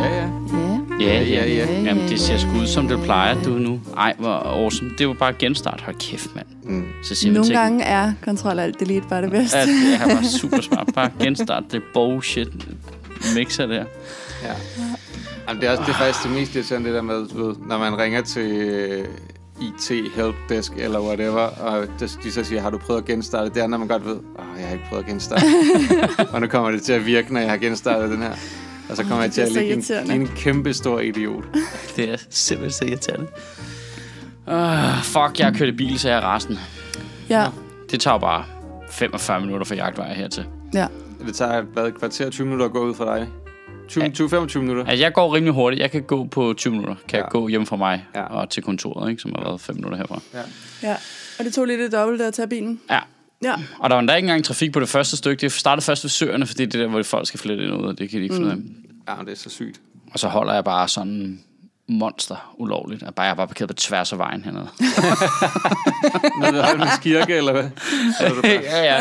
Ja. Jamen, det ser sgu ud, som det plejer, du nu. Ej, hvor awesome. Det var bare genstart. Hold kæft, mand. Så siger nogle gange er Ctrl-Alt-Delete bare det bedste. Ja, det er bare super smart. Bare genstart det bullshit mixer der. Ja. Jamen, det er faktisk det mest irriterende, det der med, du ved, når man ringer til IT helpdesk eller whatever, og de så siger, har du prøvet at genstarte? Det er, når man godt ved, jeg har ikke prøvet at genstarte. Og nu kommer det til at virke, når jeg har genstartet den her. Og så kommer jeg til at ligge en kæmpe stor idiot. Det er simpelthen så irriterende. Fuck, jeg har kørt i bil, så jeg er resten. Ja. Det tager bare 45 minutter for jagtvej hertil. Ja. Det tager et kvarter 20 minutter at gå ud fra dig. 20-25 minutter. Altså, jeg går rimelig hurtigt. Jeg kan gå på 20 minutter. Jeg gå hjem fra mig og til kontoret, ikke, som har været 5 minutter herfra. Ja. Og det tog lidt det dobbelte at tage bilen. Ja. Og der var endda ikke engang trafik på det første stykke. Det startede først ved Søerne, fordi det er der, hvor folk skal flytte ind og ud, og det kan de ikke finde af. Ja, det er så sygt. Og så holder jeg bare sådan monster ulovligt. Jeg er bare parkeret på tværs af vejen hernede. Når du har en kirke, eller hvad? Ja.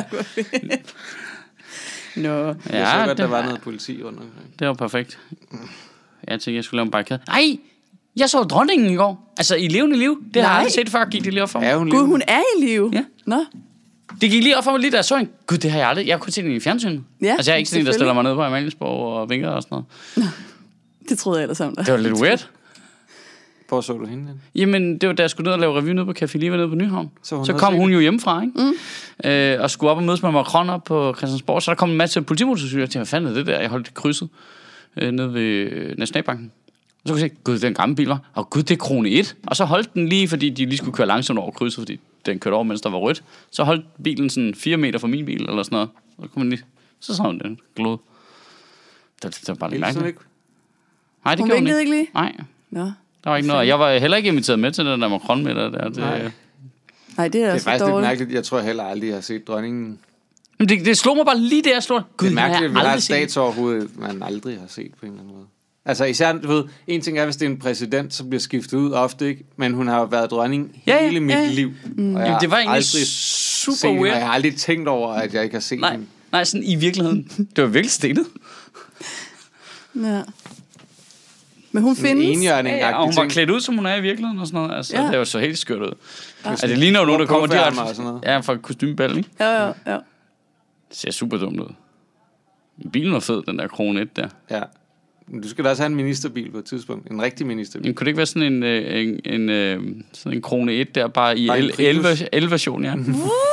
Nå. Jeg så godt, der var noget politi rundt omkring. Det var perfekt. Jeg tænkte, jeg skulle lave en barrikade. Ej! Jeg så dronningen i går. Altså i levende liv. Det har jeg aldrig set før. Gik det lige op for mig. Gud, hun er i live. Ja. Nå. Det gik lige op for mig lige, da jeg så hende. Gud, det har jeg aldrig. Jeg kunne se den i fjernsynet. Ja, altså jeg er ikke sådan en, der stiller mig ned på Amaliesborg og vinker og sådan noget. Nå. Det troede jeg ellers om dig. Det var lidt weird. Hvor så du hende? Jamen, det var da jeg skulle ned og lave review nede på Café Liva nede på Nyhavn. Så kom hun jo hjemmefra, ikke? Og skulle op og mødes med Macron op på Christiansborg. Så der kom en masse politimotorcykler. Jeg tænkte, hvad fanden er det der? Jeg holdt det krydset nede ved Nationalbanken. Og så kunne jeg se, gud, det er en gammel bil, var. Og gud, det er krone 1. Og så holdt den lige, fordi de lige skulle køre langsomt over krydset, fordi den kørte over, mens der var rødt. Så holdt bilen sådan 4 meter fra min bil, eller sådan noget. Så kunne man lige... Så sådan den glod. Det var bare lidt mærkeligt. Nej, det gjorde hun ikke lige? Nej. Nå. Der var ikke noget. Jeg var heller ikke inviteret med til den der Macron med der. Nej, det er også faktisk lidt mærkeligt. Jeg tror heller aldrig, jeg har set dronningen. Men det slog mig bare lige der, jeg slog. Gud, det er mærkeligt, at vi har et statsoverhoved, man aldrig har set på en eller anden måde. Altså især, du ved, en ting er, hvis det er en præsident, som bliver skiftet ud ofte, ikke? Men hun har jo været dronning hele mit liv. Jamen, det var egentlig super weird. Jeg har aldrig tænkt over, at jeg ikke har set hende. Nej, sådan i virkeligheden. Det var virkelig stenet. Ja. Men hun findes. Og hun var klædt ud, som hun er i virkeligheden og sådan noget. Altså, det var så helt skørt ud. Altså, det ligner jo nogen, der kommer direkte. Ja, fra kostymeball, ikke? Ja. Det ser super dumt ud. Bilen var fed, den der krone 1 der. Ja. Men du skal da også have en ministerbil på et tidspunkt. En rigtig ministerbil. Men kunne det ikke være sådan en krone 1 der, bare i el-version, ja?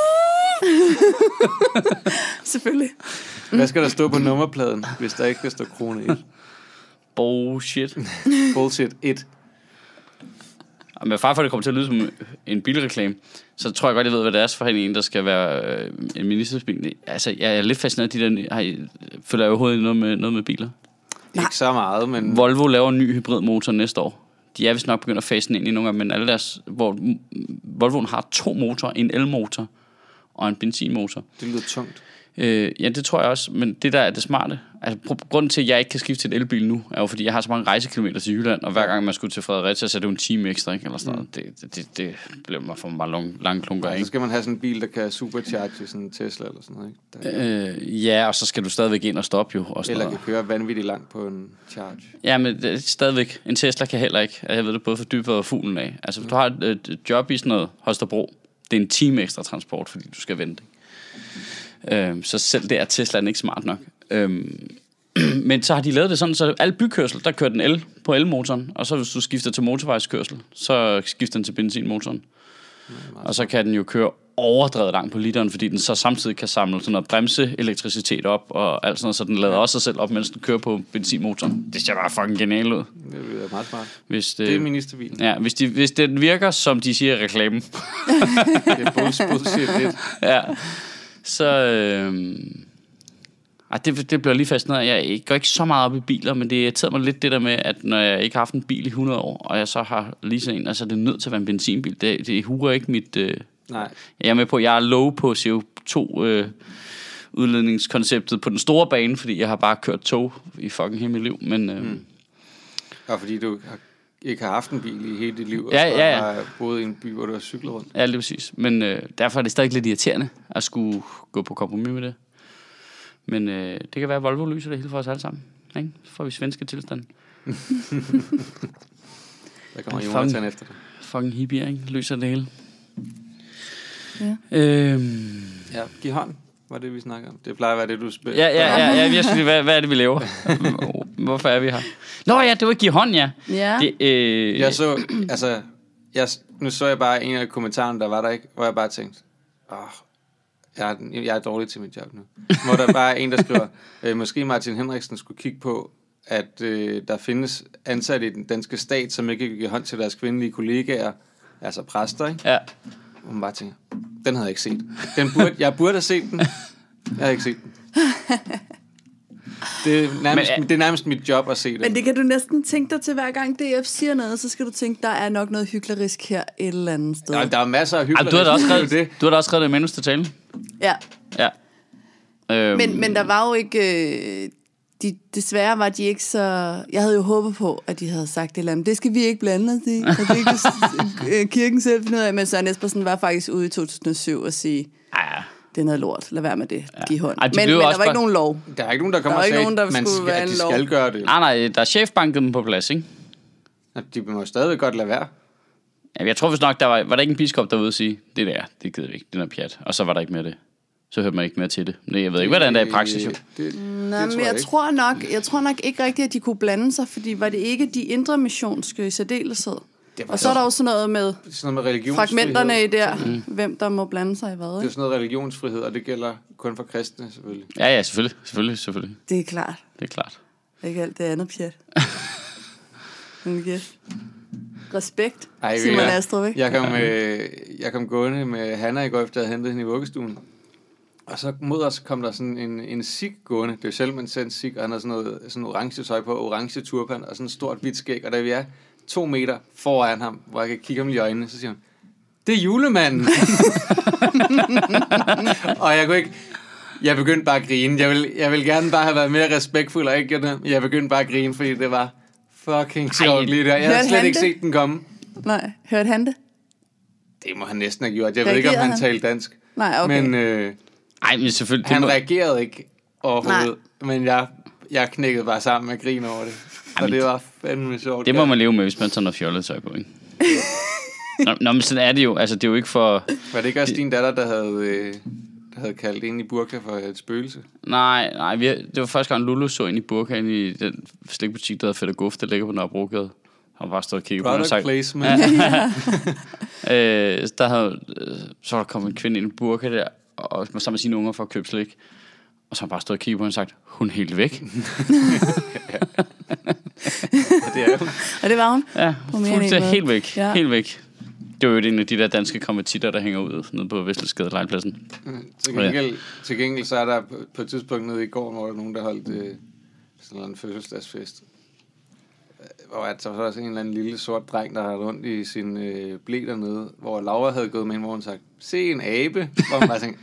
Selvfølgelig. Hvad skal der stå på nummerpladen, hvis der ikke skal stå krone 1? Bullshit 1. Men far for det kommer til at lyde som en bilreklame, så tror jeg godt, jeg ved, hvad det er for en, der skal være en ministerbil. Altså, jeg er lidt fascineret af de der... Følger jeg overhovedet noget med biler? Ikke så meget, men... Volvo laver en ny hybridmotor næste år. De er vist nok begyndt at fase den ind i nogle af, men alle deres... Hvor Volvoen har 2 motorer, en elmotor og en benzinmotor. Det lyder tungt. Ja, det tror jeg også, men det der er det smarte. Altså, grunden til, at jeg ikke kan skifte til en elbil nu, er jo, fordi jeg har så mange rejsekilometer til Jylland, og hver gang man skulle til Fredericia, så er det jo en time ekstra, ikke? Eller sådan noget. Det bliver mig for meget lange klunker, ikke? Så skal man have sådan en bil, der kan supercharge sådan en Tesla eller sådan noget, ikke? Ja, og så skal du stadigvæk ind og stoppe jo. Og eller kan køre vanvittigt langt på en charge. Ja, men det er stadigvæk. En Tesla kan heller ikke. Jeg ved det både for dybere og fuglen af. Altså, hvis du har et job i sådan noget Holstebro, det er en time ekstra transport, fordi du skal vente. Så selv det er Teslaen ikke smart nok. Men så har de lavet det sådan, så al bykørsel, der kører den el på elmotoren, og så hvis du skifter til motorvejskørsel, så skifter den til benzinmotoren. Og så kan den jo køre overdrevet langt på literen, fordi den så samtidig kan samle sådan noget bremseelektricitet op og alt sådan noget, så den lader også sig selv op, mens den kører på benzinmotoren. Det ser bare fucking genialt ud. Det er meget smart. Det er ministerbilen. Ja, hvis den virker, som de siger i reklamen. Det er bullshit lidt. Ja. Så det bliver lige fascineret. Jeg går ikke så meget op i biler, men det irriterer mig lidt det der med, at når jeg ikke har haft en bil i 100 år, og jeg så har lige sådan en, altså det er nødt til at være en benzinbil. Det hurer ikke mit... Nej. Jeg er med på, jeg er low på CO2 udledningskonceptet på den store bane, fordi jeg har bare kørt tog i fucking hele mit liv. Men og fordi du ikke har haft en bil i hele dit liv, og har boet i en by, hvor du har cyklet rundt. Ja, det er præcis. Men derfor er det stadig lidt irriterende at skulle gå på kompromis med det. Men det kan være, at Volvo lyser det hele for os alle sammen. Ikke? Så får vi svenske tilstand. Der kommer Jonathan efter det. Fucking hippie, ikke? Løser det hele. Ja. Ja, giv hånd, var det, vi snakker om. Det plejer at være det, du spiller. Ja, jeg synes, hvad er det, vi laver? Hvorfor er vi her? Nå ja, det var give hånd, ja. Ja. Det, Jeg så, altså, nu så jeg bare en af kommentarerne, der var der ikke, hvor jeg bare tænkte, jeg er dårlig til mit job nu. Hvor der bare er en, der skriver, måske Martin Henriksen skulle kigge på, at der findes ansatte i den danske stat, som ikke kan give hånd til deres kvindelige kollegaer, altså præster, ikke? Ja. Og man bare tænker, den havde jeg ikke set. Jeg burde have set den. Jeg havde ikke set den. Det er nærmest mit job at se det. Men det kan du næsten tænke dig til, hver gang DF siger noget, så skal du tænke, der er nok noget hyklerisk her et eller andet sted. Ja, der er masser af hyklerisk. Du har da også skrevet det i manus til talen. Ja. Ja. Men der var jo ikke... desværre var de ikke så... Jeg havde jo håbet på, at de havde sagt det eller andet. Det skal vi ikke blande os i. Og det kan kirken selv finde ud af. Men Søren Espersen var faktisk ude i 2007 og sige... Det er noget lort. Lad være med det. Giv hånd. Men der var ikke nogen lov. Der er ikke nogen, der kommer og siger, at de skal gøre det. Nej, der er chefbanket dem på plads, ikke? De må stadig godt lade være. Ja, jeg tror vist nok, var der ikke en biskop derude og sige, det gider vi ikke, det er noget pjat. Og så var der ikke mere det. Så hørte man ikke mere til det. Nej, jeg ved ikke, hvordan det er i praksis. Men jeg tror nok ikke rigtigt, at de kunne blande sig, fordi var det ikke de indre missionske i særdeleshed. Og så er der jo sådan noget med fragmenterne i der, hvem der må blande sig i hvad. Ikke? Det er sådan noget religionsfrihed, og det gælder kun for kristne, selvfølgelig. Ja, selvfølgelig. Det er klart. Det er Ikke alt det andet pjat. Respekt, Ej, Simon Astrup, ikke? Jeg kom gående med Hanna i går, efter jeg havde hentet hende i vuggestuen. Og så mod os kom der sådan en sik gående. Det er jo selv, man ser en sik, og han har sådan orange tøj på, orange turban og sådan en stort hvidt skæg. Og da vi er 2 meter foran ham, hvor jeg kan kigge ham i øjnene, så siger han, det er julemanden. Og jeg begyndte bare at grine. Jeg vil gerne bare have været mere respektfuld, og ikke det. Jeg begyndte bare at grine, fordi det var fucking sjovt lige der. Jeg havde slet ikke set den komme. Nej, hørte han det? Det må han næsten have gjort. Jeg ved ikke, om han talte dansk. Nej, okay. Men selvfølgelig. Han reagerede ikke overhovedet. Men jeg knækkede bare sammen med grin over det. Og det var fandme sjovt. Det må man leve med, hvis man tager noget fjollet tøj på, ikke? Nå, men sådan er det jo. Altså, det er jo ikke for... Var det ikke også din datter, der havde kaldt en i burka for et spøgelse? Nej. Det var første gang, Lulu så ind i burka ind i den slikbutik, der hedder Fedt og Guf, der ligger på Nørrebrogade. Han var bare stået og kigget på den og sagt... placement. Så var der kommet en kvinde ind i burka der, og sammen med sine unger for at købe slik. Og så har han bare stået og kigget på hende og sagt, hun er helt væk. Det er hun. Og det var hun? Ja, fuldstændig helt væk. Ja. Helt væk. Det var jo en af de der danske konvertitter, der hænger ud nede på Vestelskade legepladsen. Til gengæld så er der på et tidspunkt nede i går, hvor der nogen, der holdt sådan en fødselsdagsfest. Hvor der var også en eller anden lille sort dreng, der havde rundt i sin ble dernede, hvor Laura havde gået med en, hvor hun sagde, se en abe. Hvor hun bare tænkte,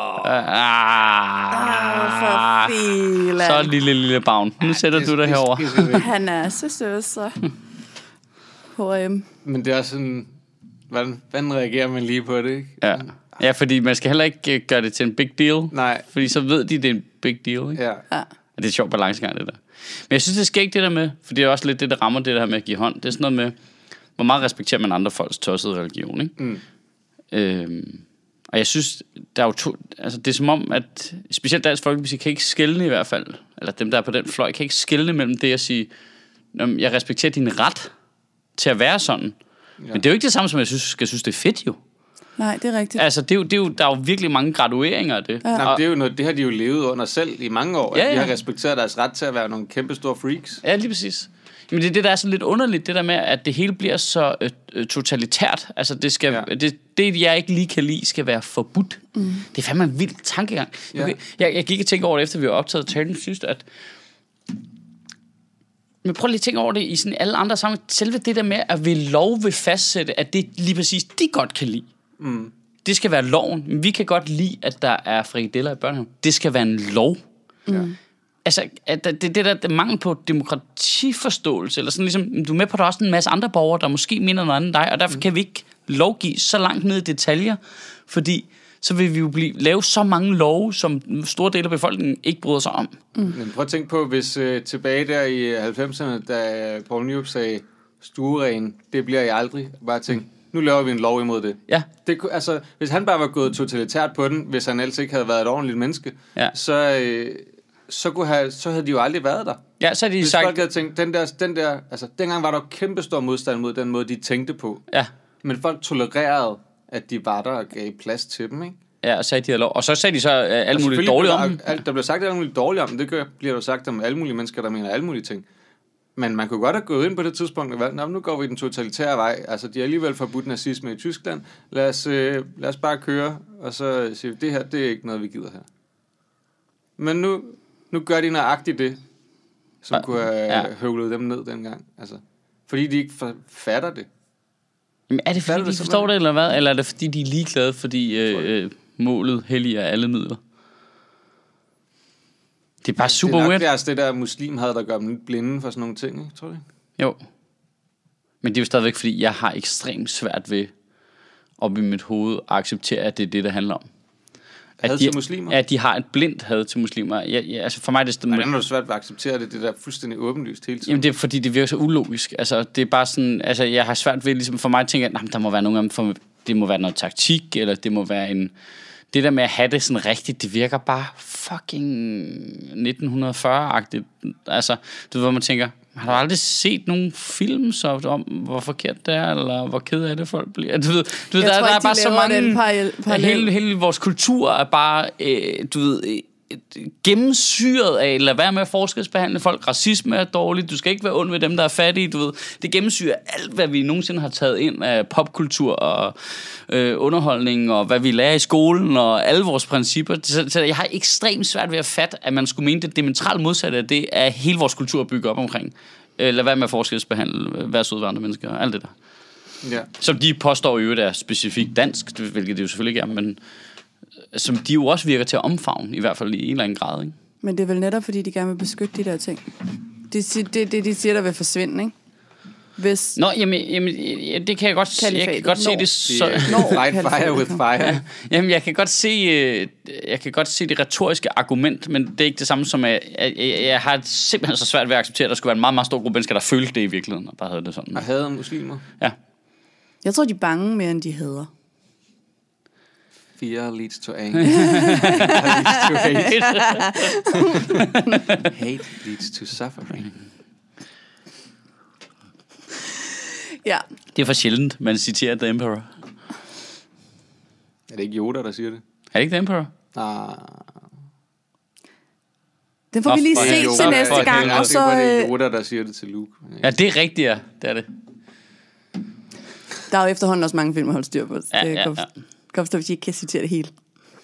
for filan. Så lille bagn. Nu sætter du dig herover. Han er så sød, så. H&M. Men det er også sådan, hvordan reagerer man lige på det, ikke? Ja, fordi man skal heller ikke gøre det til en big deal. Nej. Fordi så ved de, det er en big deal, ikke? Ja. Og det er et sjovt balancegang, det der. Men jeg synes, det skal ikke det der med, for det er også lidt det, der rammer det der med at give hånd. Det er sådan noget med, hvor meget respekterer man andre folks tossede religion, ikke? Og jeg synes, der er jo det er som om, at specielt Dansk Folkeparti kan ikke skelne i hvert fald, eller dem, der er på den fløj, kan ikke skelne mellem det at sige, jeg respekterer din ret til at være sådan. Ja. Men det er jo ikke det samme, som jeg synes, det er fedt jo. Nej, det er rigtigt. Altså, der er jo virkelig mange gradueringer af det. Ja. Nej, det er jo noget, det har de jo levet under selv i mange år. Ja. De har respekteret deres ret til at være nogle kæmpe store freaks. Ja, lige præcis. Men det er det, der er så lidt underligt, det der med, at det hele bliver så totalitært. Altså, det, jeg ikke lige kan lide, skal være forbudt. Det er fandme en vild tankegang. Okay. Jeg gik og tænkte over det, efter vi var optaget talen sidst, at... Men prøv lige at tænke over det i sådan alle andre sammen. Selve det der med, at vi lov vil fastsætte, at det lige præcis, de godt kan lide. Det skal være loven. Vi kan godt lide, at der er frikadeller i børnehaven. Det skal være en lov. Altså, det der mangel på demokratiforståelse, eller sådan ligesom, du er med på, der er også en masse andre borgere, der måske mener noget andet end dig, og derfor kan vi ikke lovgive så langt ned i detaljer, fordi så vil vi jo lave så mange love, som store dele af befolkningen ikke bryder sig om. Men prøv at tænke på, hvis tilbage der i 90'erne, da Poul Nyrup sagde, stueren, det bliver jeg aldrig. Bare tænk, nu laver vi en lov imod det. Ja. Det altså, hvis han bare var gået totalitært på den, hvis han ellers ikke havde været et ordentligt menneske, så havde de jo aldrig været der. Ja, så havde de hvis sagt... folk havde tænkt, den der, altså, dengang var der jo kæmpestor modstand mod den måde, de tænkte på. Ja. Men folk tolererede, at de var der og gav plads til dem, ikke? Ja, og sagde de havde lov. Og så sagde de så alt muligt dårligt om dem. Der blev sagt alt muligt dårligt om dem. Det bliver jo sagt om alle mulige mennesker, der mener alle mulige ting. Men man kunne godt have gået ind på det tidspunkt og valgt, nu går vi den totalitære vej. Altså, de har alligevel forbudt nazisme i Tyskland. Lad os bare køre, og så sige, det her, det er ikke noget, vi gider her. Men nu gør de nøjagtigt det, som kunne have høvlet dem ned dengang. Altså, fordi de ikke fatter det. Men er det fordi, de forstår det, eller hvad? Eller er det fordi, de er ligeglade, fordi målet helliger alle midler? Det er bare super weird. Det er nok det der muslimhad, der gør dem lidt blinde for sådan nogle ting, ikke? Tror du ikke? Jo. Men det er jo stadigvæk, fordi jeg har ekstremt svært ved op i mit hoved at acceptere, at det er det, der handler om. Had til muslimer? At de har et blindt had til muslimer. Altså for mig er det... Hvordan er det svært ved at acceptere det? Det der fuldstændig åbenlyst hele tiden. Jamen det er fordi, det virker så ulogisk. Altså det er bare sådan... Altså jeg har svært ved ligesom for mig at tænke, at der må være nogen af dem, det må være noget taktik, eller det må være en... Det der med at have det sådan rigtigt, det virker bare fucking 1940-agtigt. Altså, du ved, hvor man tænker, har du aldrig set nogen film så om, hvor forkert det er, eller hvor ked af det folk bliver? Du ved, der er bare så mange... Hele vores kultur er bare, du ved... gennemsyret af, lad være med at forskelsbehandle folk. Racisme er dårligt, du skal ikke være ond ved dem, der er fattige, du ved. Det gennemsyrer alt, hvad vi nogensinde har taget ind af popkultur og underholdning, og hvad vi lærer i skolen, og alle vores principper. Så jeg har ekstremt svært ved at fatte, at man skulle mene det diametralt modsatte af det, er hele vores kultur bygger op omkring. Lad være med at forskelsbehandle, være søde ved andre mennesker, og alt det der. Ja. Som de påstår jo, det er specifikt dansk, hvilket det jo selvfølgelig ikke er, men som de jo også virker til at omfavne, i hvert fald i en eller anden grad, ikke? Men det er vel netop, fordi de gerne vil beskytte de der ting. De siger, der vil forsvinde, ikke? Hvis Nå, jamen, det kan jeg godt se. Jeg kan godt se det så... Fight fire with fire. Jamen, jeg kan godt se det retoriske argument, men det er ikke det samme som, at jeg har simpelthen så svært ved at acceptere, at der skulle være en meget, meget stor gruppe mennesker, der følte det i virkeligheden, og bare havde det sådan. Og hader muslimer? Ja. Jeg tror, de er bange mere, end de hader. Fear leads to anger. Leads to hate. Hate leads to suffering. Ja. Det er for sjældent, man citerer The Emperor. Er det ikke Yoda, der siger det? Er det ikke The Emperor? Den får vi lige se til næste gang. Og så det er Yoda, der siger det til Luke. Ja, det er rigtigt, ja. Det er det. Der er jo efterhånden også mange film at holde styr på. Ja. Kan forstå, hvis I ikke kan citere det hele.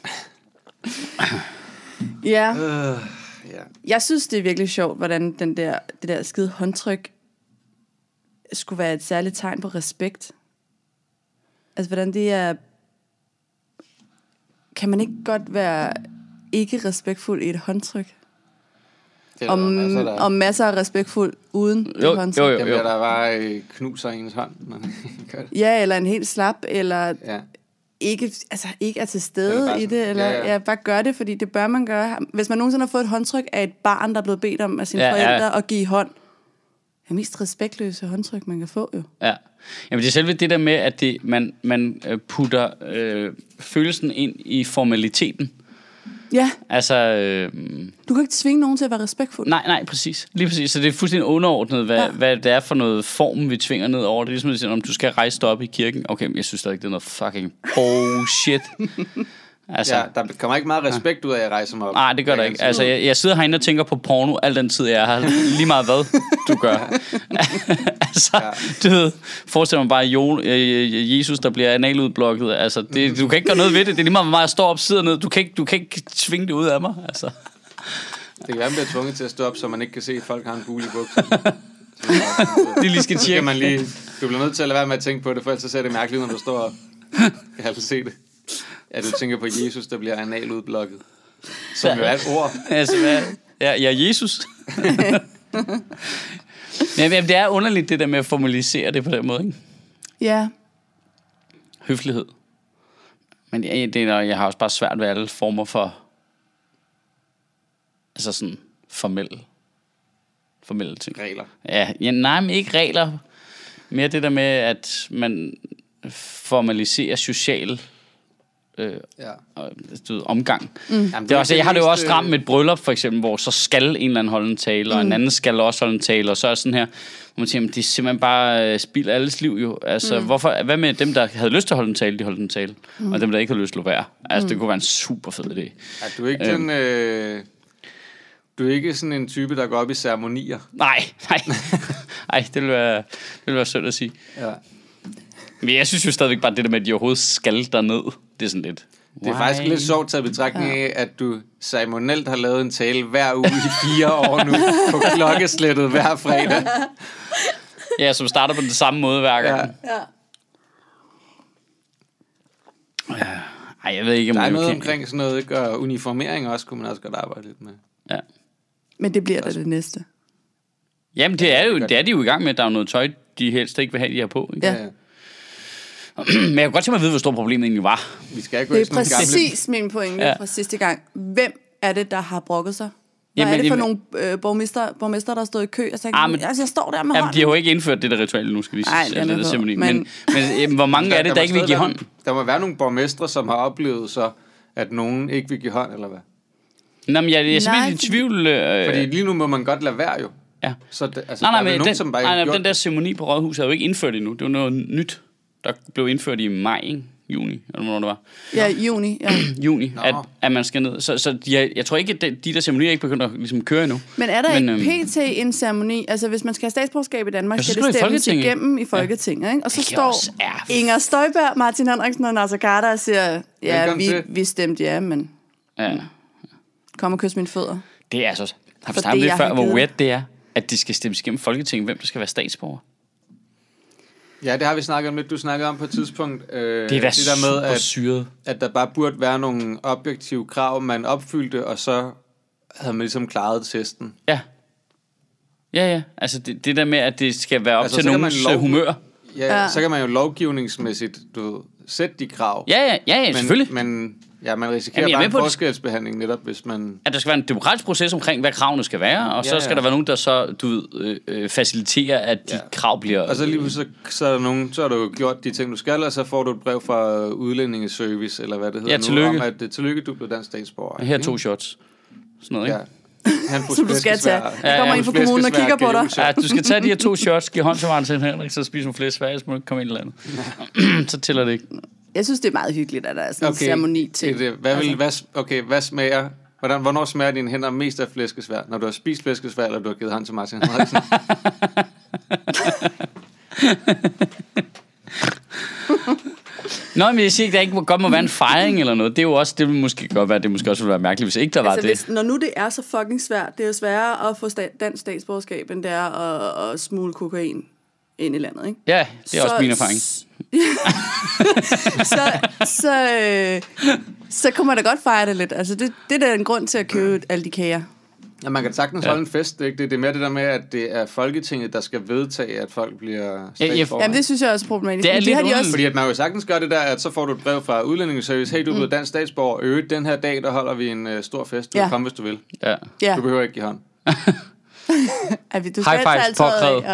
Ja. Jeg synes, det er virkelig sjovt, hvordan det der skide håndtryk skulle være et særligt tegn på respekt. Altså, hvordan det er... Kan man ikke godt være ikke respektfuld i et håndtryk? Og masser af respektfuld uden et håndtryk? Jo. Der var knuser i ens hånd. Ja, eller en helt slap, eller... Ja. Ikke er til stede i det, eller bare gør det, fordi det bør man gøre. Hvis man nogensinde har fået et håndtryk af et barn, der er blevet bedt om af sine forældre at give hånd, det er mest respektløse håndtryk, man kan få jo. Ja. Jamen det er selve det der med, at man putter følelsen ind i formaliteten. Ja. Altså... du kan ikke tvinge nogen til at være respektfuld. Nej, præcis. Lige præcis. Så det er fuldstændig underordnet, hvad det er for noget form, vi tvinger ned over. Det er ligesom at sige, om du skal rejse dig op i kirken. Okay, jeg synes da ikke, det er noget fucking bullshit. Altså, ja, der kommer ikke meget respekt ud af, at jeg rejser mig op. Nej, det gør der ikke. Altså, jeg sidder herinde og tænker på porno al den tid, jeg har lige meget hvad du gør. Altså, du ved, forestil mig bare Jesus, der bliver analudblokket. Altså, du kan ikke gøre noget ved det. Det er lige meget, hvor meget jeg står op, sidder ned. Du kan ikke tvinge det ud af mig. Altså. Det kan være, man bliver tvunget til at stå op, så man ikke kan se, at folk har en bule i buksen. Det lige skal tjekke. Du bliver nødt til at lade være med at tænke på det, for ellers så ser det mærkeligt ud, når du står op. Jeg kan altså se det. At du tænker på Jesus, der bliver analudblokket. Som jo er et ord. Altså, Jesus. Jamen, det er underligt, det der med at formalisere det på den måde, ikke? Ja. Høflighed. Men jeg har også bare svært ved alle former for, altså sådan formelle ting. Regler. Ja, nej, men ikke regler. Mere det der med, at man formaliserer social omgang. Jamen, det er også, jeg har det jo også stramt med et bryllup, for eksempel, hvor så skal en eller anden holde en tale, og en anden skal også holde en tale, og så er sådan her, hvor man siger, det er simpelthen bare spild alles liv jo. Altså, hvad med dem, der havde lyst til at holde en tale, de holdt en tale, og dem, der ikke havde lyst til at være. Altså, det kunne være en super fed idé. Ja, du er ikke du er ikke sådan en type, der går op i ceremonier. Nej, det vil være sødt at sige. Ja. Men jeg synes jo stadigvæk bare, det der med, at de overhovedet skal derned, det er sådan lidt... Det er faktisk lidt sjovt taget betragtning af, at du ceremonielt har lavet en tale hver uge i 4 år nu, på klokkeslættet hver fredag. Ja, som starter på den samme måde hver gang. Ja. Ej, jeg ved ikke, om der er noget omkring sådan noget, ikke? Og uniformering også, kunne man også godt arbejde lidt med. Ja. Men det bliver da det næste. Jamen, det er de jo i gang med. Der er jo noget tøj, de helst ikke vil have, de her på. Ikke? Ja. Men jeg kunne godt tænke mig at vide, hvor stort problemet egentlig var. Vi skal gå det er præcis min pointe fra sidste gang. Hvem er det, der har brokket sig? Hvad er det for nogle borgmester, der har stået i kø og sagt, jeg står der med hånden? De har jo ikke indført det der ritual nu, skal vi sige. Det simpelthen. Men hvor mange er det, der ikke vil give hånd? Der må være nogle borgmestre, som har oplevet så, at nogen ikke vil give hånd, eller hvad? Nå, men jeg er simpelthen i tvivl. Fordi lige nu må man godt lade være jo. Ja. Så men den der ceremoni på Rådhuset er jo ikke indført endnu. Det var noget nyt, der blev indført i maj, ikke? Juni, eller hvornår det var. Ja, juni. Ja. Juni, at man skal ned. Så jeg tror ikke, at de der ceremonier ikke begynder at ligesom køre endnu. Men er der ikke pt. En ceremoni? Altså, hvis man skal have statsborgerskab i Danmark, skal det stemmes igennem i Folketinget. Ikke? Og så står Inger Støjberg, Martin Henriksen og Naser Khader og siger, vi stemte men kom og kys mine fødder. Det er altså... Har vi snakket lidt før, hvor weird det er, at de skal stemmes igennem Folketinget, hvem der skal være statsborger? Ja, det har vi snakket om lidt. Du snakkede om på et tidspunkt. Det er det der med, at der bare burde være nogle objektive krav, man opfyldte, og så havde man ligesom klaret testen. Ja. Altså det der med, at det skal være op til nogens humør. Ja, så kan man jo lovgivningsmæssigt sætte de krav. Ja, selvfølgelig. Men man risikerer bare en forskelsbehandling netop, hvis man... At der skal være en demokratisk proces omkring, hvad kravene skal være, og så skal der være nogen, der så, faciliterer, at de krav bliver... Og så lige så er der nogen, så har du jo gjort de ting, du skal, og så får du et brev fra udlændingeservice, eller hvad det hedder tillykke. Nu, om at tillykke, du blev dansk statsborger. Her 2 shots. Sådan noget, ikke? Som du skal tage. Der kommer ind fra kommunen og kigger på dig. Ja, du skal tage de her 2 shots, give hånd til Martin Henrik, så spiser nogle flere svære, så må du komme ind i landet. Så tæller det ikke. Jeg synes, det er meget hyggeligt, at der er sådan en ceremoni til. Hvad smager... Hvornår smager dine hænder mest af flæskesvær? Når du har spist flæskesvær, eller du har givet hånd til Martin Henriksen? Nå, men jeg siger ikke, der ikke godt må være en fejring eller noget. Det er jo også, det vil måske godt være, det måske også ville være mærkeligt, hvis ikke der var det. Når nu det er så fucking svært, det er jo sværere at få dansk statsborgerskab, end det er at smule kokain ind i landet, ikke? Ja, det er også min erfaring. så kunne man da godt fejre det lidt. Altså, det er da en grund til at købe alle de kager. Ja, man kan sagtens holde en fest, ikke? Det er mere det der med, at det er Folketinget, der skal vedtage, at folk bliver statsborgere. Jamen, det synes jeg også er problematisk. Det er lidt de også... Fordi at man jo sagtens gør det der, at så får du et brev fra udlændingsservice. Hey, du er blevet dansk statsborger. Den her dag, der holder vi en stor fest. Du kan komme, hvis du vil. Ja. Du behøver ikke give hånd. Du skal high five påkrævet.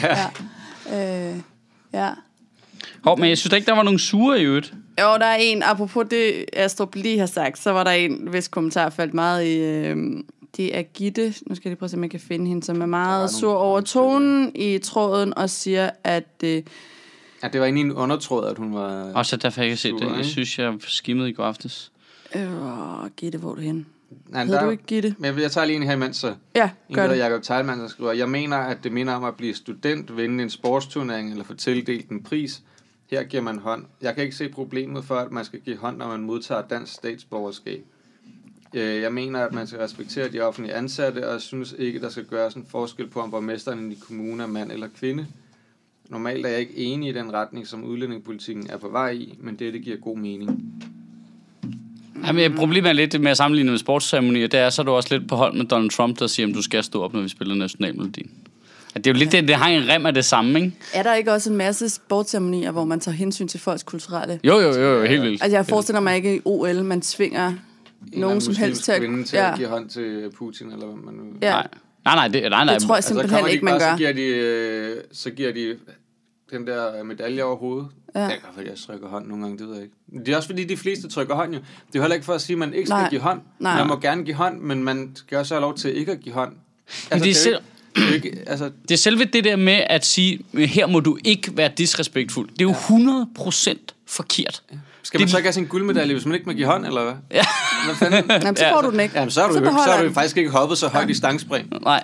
Men jeg synes da ikke, der var nogen sure i øvrigt. Jo, der er en, apropos det, Astrup lige har sagt, så var der en, hvis kommentar faldt meget i... Det er Gitte, nu skal jeg lige prøve at se, om jeg kan finde hende, som er meget sur over tonen i tråden, og siger, at... Ja, det var egentlig en undertråd, at hun var... Og så derfor jeg set det. Jeg synes, jeg skimmede i går aftes. Gitte, hvor er du henne? Hedder du ikke Gitte? Men jeg tager lige en her imens, så... Ja, gør det. Jakob Teilmann, der skriver, jeg mener, at det minder om at blive student, vinde en sportsturnering eller få tildelt en pris. Her giver man hånd. Jeg kan ikke se problemet for, at man skal give hånd, når man modtager dansk statsborgerskab. Jeg mener, at man skal respektere de offentlige ansatte, og jeg synes ikke, der skal gøres en forskel på, om borgmesteren i kommunen er mand eller kvinde. Normalt er jeg ikke enig i den retning, som udlændingepolitikken er på vej i, men det giver god mening. Jamen, problemet er lidt med at sammenligne med sportsceremonier. Det er, så er du også lidt på hold med Donald Trump, der siger, at du skal stå op, når vi spiller nationalmelodien. Det er jo lidt det har en rem af det samme, ikke? Er der ikke også en masse sportsceremonier, hvor man tager hensyn til folks kulturelle? Jo, helt vildt. Altså jeg forestiller mig ikke i OL, man tvinger nogen som helst til at give hånd til Putin, eller hvad man nu... Ja. Nej. Det tror jeg simpelthen ikke, man gør. Så giver de den der medalje over hovedet. Ja. Det er godt, fordi jeg trykker hånd nogle gange, det ved jeg ikke. Det er også fordi, de fleste trykker hånd jo. Det er jo heller ikke for at sige, at man ikke skal give hånd. Nej. Man må gerne give hånd, men man skal også have lov til ikke at give hånd. Altså, det er selve det der med at sige, her må du ikke være disrespektfuld. Det er jo 100% forkert. Ja. Skal man så ikke have sin guldmedalje, hvis man ikke må give hånd, eller hvad? Ja. Hvad fanden? Jamen, så får du den ikke. Jamen, så har du jo faktisk ikke hoppet så højt i stangspring. Nej.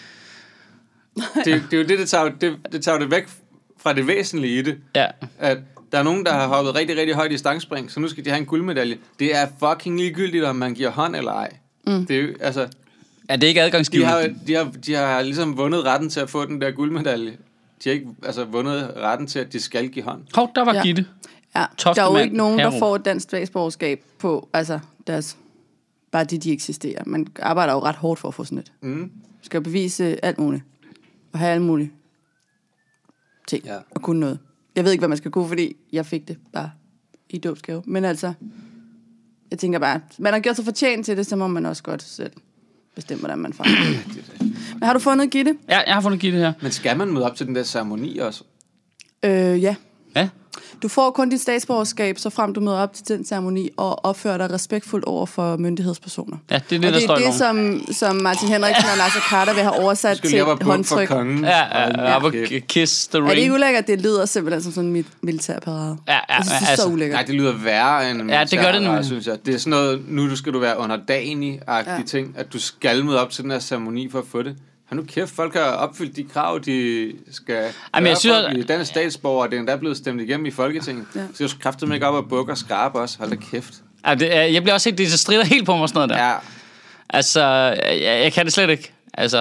Det er jo det tager det væk fra det væsentlige i det. Ja. At der er nogen, der har hoppet rigtig, rigtig højt i stangspring, så nu skal de have en guldmedalje. Det er fucking ligegyldigt, om man giver hånd eller ej. Det er jo, altså... Er det ikke adgangsgivende? De har ligesom vundet retten til at få den der guldmedalje. De har ikke vundet retten til, at de skal give hånd. Hov, der var Gitte. Ja, der er jo ikke nogen, der får et dansk statsborgerskab på, altså deres, bare de eksisterer. Man arbejder jo ret hårdt for at få sådan et. Skal bevise alt muligt. Og have alle mulige ting. Ja. Og kunne noget. Jeg ved ikke, hvad man skal kunne, fordi jeg fik det bare i dåbsgave. Men altså, jeg tænker bare, man har gjort sig fortjent til det, så må man også godt selv bestemme, hvordan man får. Men har du fundet Gitte? Ja, jeg har fundet Gitte her. Men skal man møde op til den der ceremoni også? Ja. Ja. Du får kun dit statsborgerskab, så frem du møder op til den ceremoni og opfører dig respektfuldt over for myndighedspersoner. Ja, det er det, der står i loven. Det er det, som Martin Henriksen og Lars Carter vil have oversat til håndtryk. Ja. Kiss the ring. Er det ikke ulækkert? Det lyder simpelthen som sådan en militærparade. Ja, jeg synes, det er så ulækkert. Nej, det lyder værre end ja, det gør det nu. Synes jeg. Det er sådan noget, nu skal du være underdanig-agtige ting, at du skal møde op til den her ceremoni for at få det. Har nu kæft, folk har opfyldt de krav, de skal gøre for at blive dansk statsborger, og det er endda blevet stemt igennem i Folketinget. Ja. Så jeg skal kraftedeme ikke op og bukke og skrabe også. Hold da kæft. Jeg bliver også helt, det strider helt på mig sådan noget der. Ja. Altså, jeg kan det slet ikke. Altså.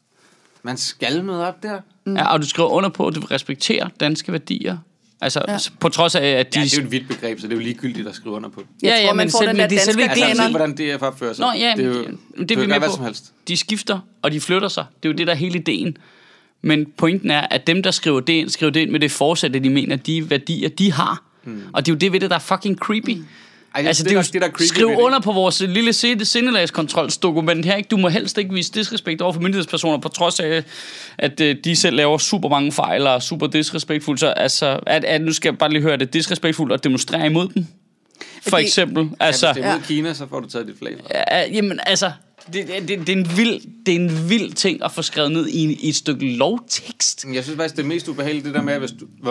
Man skal møde op der. Ja, og du skriver under på, at du respekterer danske værdier. Altså, på trods af, at de... Ja, det er jo et vidt begreb, så det er jo ligegyldigt at skrive under på. Ja, men selv det er selve ideen. Hvordan DF opfører sig. Nå, ja, det er jo, det vi med på. De skifter, og de flytter sig. Det er jo det, der er hele ideen. Men pointen er, at dem, der skriver det ind med det forsæt, at de mener, de værdier, de har. Og det er jo det ved det, der er fucking creepy. Altså, det er jo skriv under på vores lille sindelagskontrolsdokument her, ikke? Du må helst ikke vise disrespekt over for myndighedspersoner, på trods af, at de selv laver super mange fejl og er super disrespektfuldt. Så altså, nu skal jeg bare lige høre, at det er disrespektfuldt at demonstrere imod dem. For eksempel. Altså, hvis det er mod Kina, så får du taget dit flag. Jamen, altså... Det er en vild ting at få skrevet ned i et stykke lovtekst. Jeg synes faktisk, det er mest ubehageligt det der med,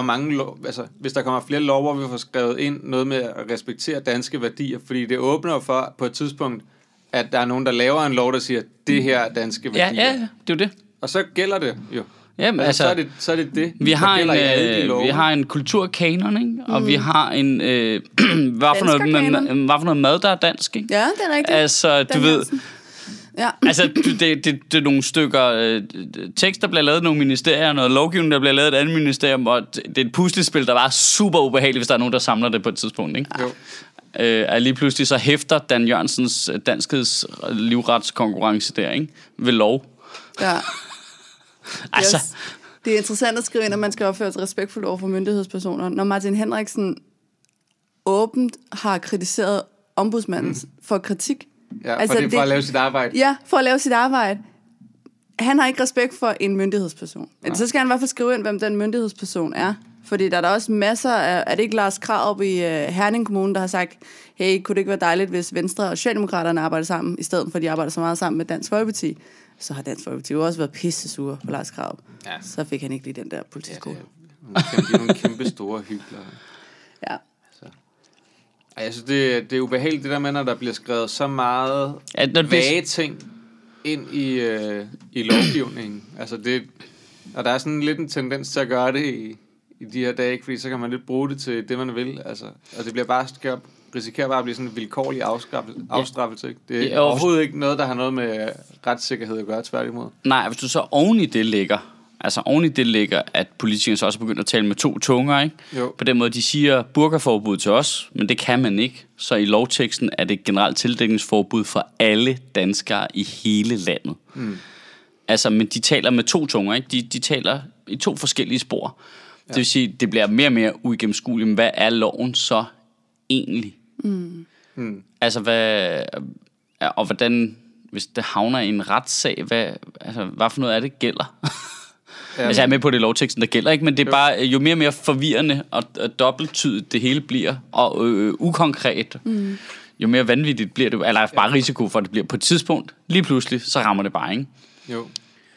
hvis der kommer flere lov, hvor vi får skrevet ind noget med at respektere danske værdier, fordi det åbner for på et tidspunkt, at der er nogen, der laver en lov, der siger, det her er danske værdier. Ja, det er jo det. Og så gælder det jo. Jamen, altså, så er det. Vi har en kulturkanon, ikke? Og vi har en hvad for noget mad, der er dansk, ikke? Ja, det er rigtigt. Altså, du ved. Ja. Altså, det er nogle stykker tekst, der bliver lavet i nogle ministerier, noget lovgivning, der bliver lavet i et andet ministerium, og det er et puslespil, der var super ubehageligt, hvis der er nogen, der samler det på et tidspunkt, ikke? Jo. At lige pludselig så hæfter Dan Jørgensens danskhedslivsretskonkurrence der, ikke? Ved lov. Ja. Altså. Det er interessant at skrive ind, at man skal opføre sig respektfuldt over for myndighedspersoner. Når Martin Henriksen åbent har kritiseret ombudsmanden for kritik. Ja, altså for at lave sit arbejde. Ja, for at lave sit arbejde. Han har ikke respekt for en myndighedsperson. Så skal han i hvert fald skrive ind, hvem den myndighedsperson er. Fordi der er der også masser af... Er det ikke Lars Krarup i Herning Kommune, der har sagt, hey, kunne det ikke være dejligt, hvis Venstre og Socialdemokraterne arbejder sammen, i stedet for at de arbejder så meget sammen med Dansk Folkeparti? Så har Dansk Folkeparti jo også været pissesure på Lars Krarup. Ja. Så fik han ikke lige den der politiskole. Ja, det er nogle kæmpe store hyggelige. Ja. Jeg synes, det er ubehageligt det der med, når der bliver skrevet så meget vage ting ind i lovgivningen. Altså og der er sådan lidt en tendens til at gøre det i de her dage, fordi så kan man lidt bruge det til det, man vil. Altså, og det bliver bare risikerer bare at blive sådan en vilkårlig afstraffelse. Ikke? Det er overhovedet ikke noget, der har noget med retssikkerhed at gøre, tværtimod. Nej, hvis du så oven i det ligger, at politikerne så også begynder at tale med to tunger, ikke? Jo. På den måde, de siger burkaforbud til os, men det kan man ikke. Så i lovteksten er det generelt tildækningsforbud for alle danskere i hele landet. Altså, men de taler med to tunger, ikke? De taler i to forskellige spor. Ja. Det vil sige, det bliver mere og mere uigennemskueligt, men hvad er loven så egentlig? Altså, og hvordan, hvis det havner i en retssag, hvad for noget af det gælder? Altså, jeg er med på det lovteksten, der gælder, ikke? Men det er bare, jo mere og mere forvirrende og dobbelttydigt det hele bliver, og ukonkret, jo mere vanvittigt bliver det, eller bare risiko for, at det bliver på et tidspunkt, lige pludselig, så rammer det bare, ikke? Jo.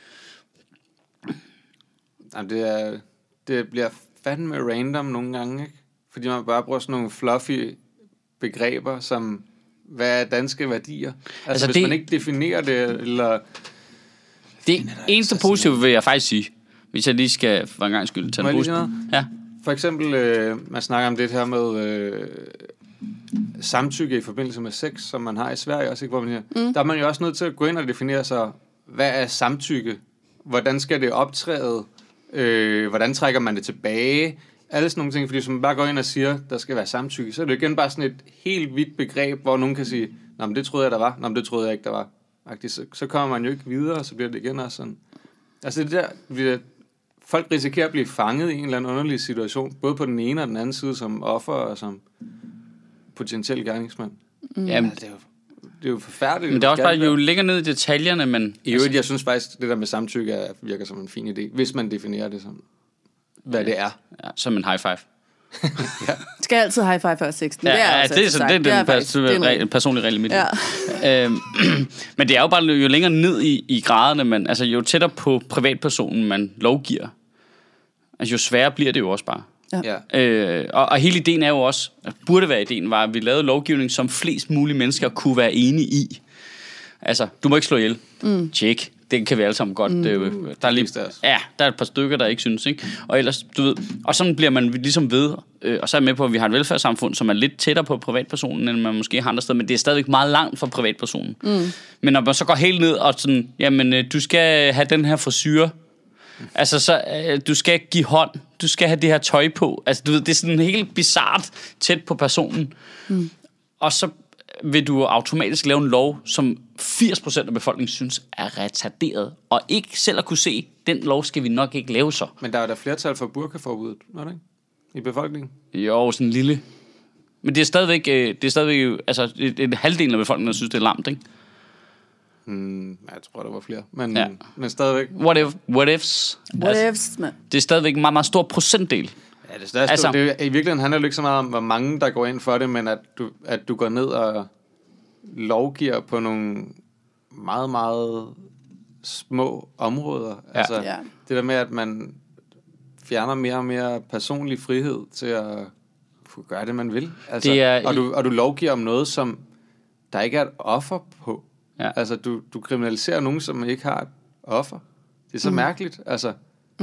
Jamen, det bliver fandme random nogle gange, ikke? Fordi man bare bruger sådan nogle fluffy begreber, som, hvad er danske værdier? Altså hvis man ikke definerer det, eller... Det eneste positive vil jeg faktisk sige, hvis jeg lige skal for en gang skyld tage en positiv. Ja. For eksempel, man snakker om det her med samtykke i forbindelse med sex, som man har i Sverige også, ikke? Hvor man der er man jo også nødt til at gå ind og definere sig, hvad er samtykke? Hvordan skal det optræde? Hvordan trækker man det tilbage? Alle sådan nogle ting, fordi hvis man bare går ind og siger, der skal være samtykke, så er det igen bare sådan et helt vidt begreb, hvor nogen kan sige, nå, men det troede jeg, der var. Nå, men det troede jeg ikke, der var. Så kommer man jo ikke videre, og så bliver det igen også sådan. Altså det der, folk risikerer at blive fanget i en eller anden underlig situation, både på den ene og den anden side, som offer og som potentiel gerningsmand. Jamen, det er jo forfærdeligt. Men det er også bare, jo længere ned i detaljerne, men... I øvrigt, jeg synes faktisk, det der med samtykke virker som en fin idé, hvis man definerer det som, hvad det er. Ja, som en high five. Ja. Skal altid high five før sexen. Ja, det er den personlige regel i mit liv. Men det er jo bare, jo længere ned i graderne, men altså, jo tættere på privatpersonen, man lovgiver, altså, jo sværere bliver det jo også bare. Ja. Og hele ideen er jo også, burde være ideen, var, at vi lavede lovgivning, som flest mulige mennesker kunne være enige i. Altså, du må ikke slå ihjel. Tjek. Det kan vi alle sammen godt. Der er lige, ja, der er et par stykker, der ikke synes, ikke? Og ellers, du ved, og sådan bliver man ligesom ved. Og så er jeg med på, at vi har et velfærdssamfund, som er lidt tættere på privatpersonen, end man måske har andre steder, men det er stadigvæk meget langt fra privatpersonen. Men når man så går helt ned og sådan, jamen, du skal have den her frisyre. Altså, så du skal give hånd. Du skal have det her tøj på. Altså, du ved, det er sådan helt bizart tæt på personen. Og så vil du automatisk lave en lov, som 80% af befolkningen synes er retarderet, og ikke selv at kunne se, den lov skal vi nok ikke lave så. Men der er der flertal for burkaforbuddet, er det ikke? I befolkningen? Jo, sådan en lille. Men det er stadigvæk, altså en halvdelen af befolkningen, der synes, det er lamt, ikke? Jeg tror, der var flere, men stadigvæk. What ifs? Man. Det er stadigvæk en meget, meget stor procentdel. Ja, det største, altså, det i virkeligheden handler det ikke så meget om, hvor mange der går ind for det, men at du går ned og lovgiver på nogle meget, meget små områder. Ja. Altså, det der med, at man fjerner mere og mere personlig frihed til at kunne gøre det, man vil. Altså, og du lovgiver om noget, som der ikke er et offer på. Ja. Altså, du kriminaliserer nogen, som ikke har et offer. Det er så mærkeligt, altså.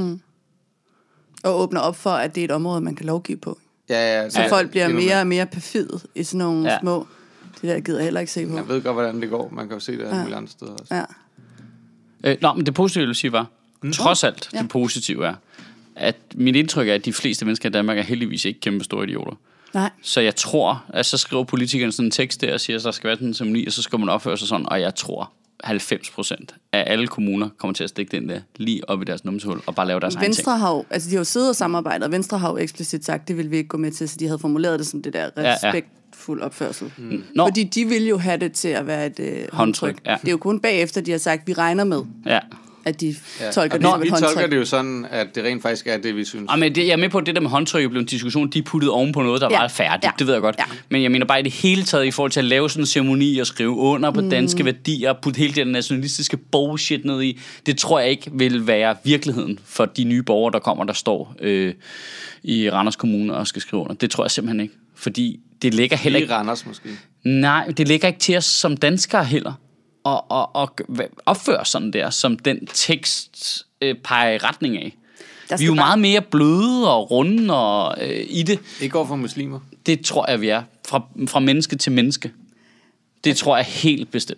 Og åbner op for, at det er et område, man kan lovgive på. Ja, så folk bliver mere og mere perfide i sådan nogle små... Det der gider jeg heller ikke se på. Jeg ved godt, hvordan det går. Man kan jo se det alle mulige andre steder også. Ja. Men det positive, jeg vil sige, var... Trods alt, det positive er, at mit indtryk er, at de fleste mennesker i Danmark er heldigvis ikke kæmpe store idioter. Nej. Så jeg tror, at så skriver politikerne sådan en tekst der og siger, at der skal være sådan en ceremoni, og så skal man opføre sig sådan, og jeg tror, 90% af alle kommuner kommer til at stikke den der lige op i deres numsehul og bare lave deres egen ting. Venstre har jo, altså de har jo siddet og samarbejdet, og Venstre har jo eksplicit sagt, det vil vi ikke gå med til, så de havde formuleret det som det der respektfuld opførsel. Fordi de vil jo have det til at være et håndtryk. Ja. Det er jo kun bagefter, de har sagt, vi regner med. Ja. At de tolker det som et håndtryk. Vi tolker det jo sådan, at det rent faktisk er det, vi synes. Men jeg er med på, at det der med håndtryk blev en diskussion, de puttede oven på noget, der var færdigt. Ja. Det ved jeg godt. Ja. Men jeg mener bare i det hele taget, i forhold til at lave sådan en ceremoni og skrive under på danske værdier, og putte hele det nationalistiske bullshit ned i, det tror jeg ikke vil være virkeligheden for de nye borgere, der kommer, der står i Randers Kommune og skal skrive under. Det tror jeg simpelthen ikke. Fordi det ligger heller ikke... I Randers måske? Nej, det ligger ikke til os som danskere heller. Og opføre sådan der, som den tekst peger i retning af. Vi er jo meget mere bløde og runde og i det. Ikke over for muslimer? Det tror jeg, vi er. Fra menneske til menneske. Det tror jeg helt bestemt.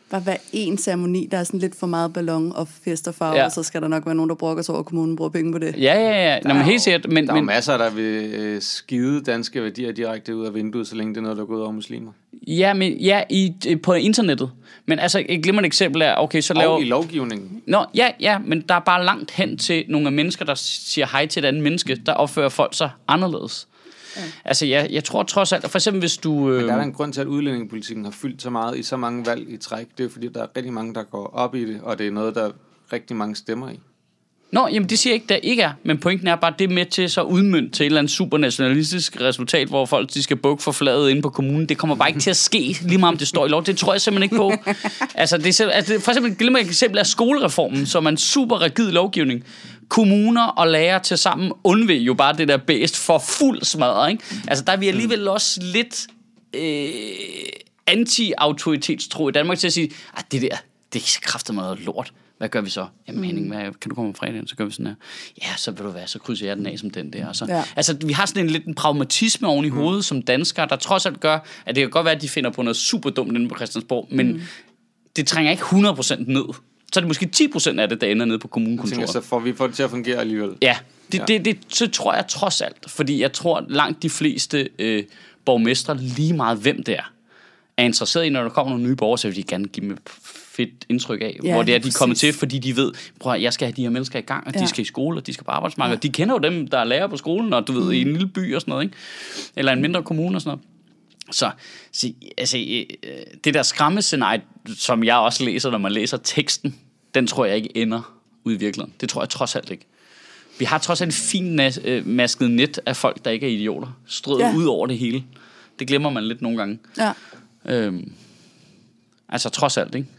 bare være en ceremoni, der er sådan lidt for meget ballon og fest og farve, og så skal der nok være nogen, der brokker sig over, at kommunen bruger penge på det. Ja. Nå, men helt sikkert. Der er masser, der vil skide danske værdier direkte ud af vinduet, så længe det er noget, der er gået over muslimer. Ja, men på internettet. Men altså, et glimrende eksempel er, okay, så laver... Og i lovgivningen. Nå, ja, men der er bare langt hen til nogle af mennesker, der siger hej til et andet menneske, der opfører folk sig anderledes. Ja. Altså, jeg tror trods alt, for eksempel hvis du... Men der er en grund til, at udlændingepolitikken har fyldt så meget i så mange valg i træk. Det er fordi, der er rigtig mange, der går op i det, og det er noget, der rigtig mange stemmer i. Nå, jamen det siger jeg ikke, der ikke er, men pointen er bare, det er med til så udmønt til et eller andet supernationalistisk resultat, hvor folk de skal bukke for flaget inde på kommunen. Det kommer bare ikke til at ske, lige meget om det står i lov. Det tror jeg simpelthen ikke på. Altså, for eksempel et glimrende eksempel af skolereformen, som er en super rigid lovgivning. Kommuner og lærere til sammen undvig jo bare det der bæst for fuld smadre, ikke? Altså, der er vi alligevel også lidt anti-autoritetstro i Danmark til at sige, det der, det er kraftedeme noget lort. Hvad gør vi så? Jamen Henning, kan du komme om fredagen? Så gør vi sådan her. Ja, så vil du være, så krydser jeg den af som den der. Så. Ja. Altså, vi har sådan en pragmatisme oven i hovedet som danskere, der trods alt gør, at det kan godt være, at de finder på noget super dumt inde på Christiansborg, men det trænger ikke 100% ned. Så er det måske 10% af det, der ender nede på kommunekontoret. Så får vi det til at fungere alligevel. Ja, det så tror jeg trods alt. Fordi jeg tror, langt de fleste borgmestre, lige meget hvem det er interesseret i, når der kommer nogle nye borgere, så vil de gerne give dem fedt indtryk af, hvor det er, de er kommet til, fordi de ved, prøv, jeg skal have de her mennesker i gang, og de skal i skole, og de skal på arbejdsmarkedet. De kender jo dem, der er lærer på skolen, og du ved, i en lille by og sådan noget, ikke? Eller en mindre kommune og sådan noget. Så altså, det der skræmmescenarie, som jeg også læser, når man læser teksten, den tror jeg ikke ender ude i virkeligheden. Det tror jeg trods alt ikke. Vi har trods alt et fint masket net af folk, der ikke er idioter, strøget ud over det hele. Det glemmer man lidt nogle gange. Ja. Altså trods alt, ikke?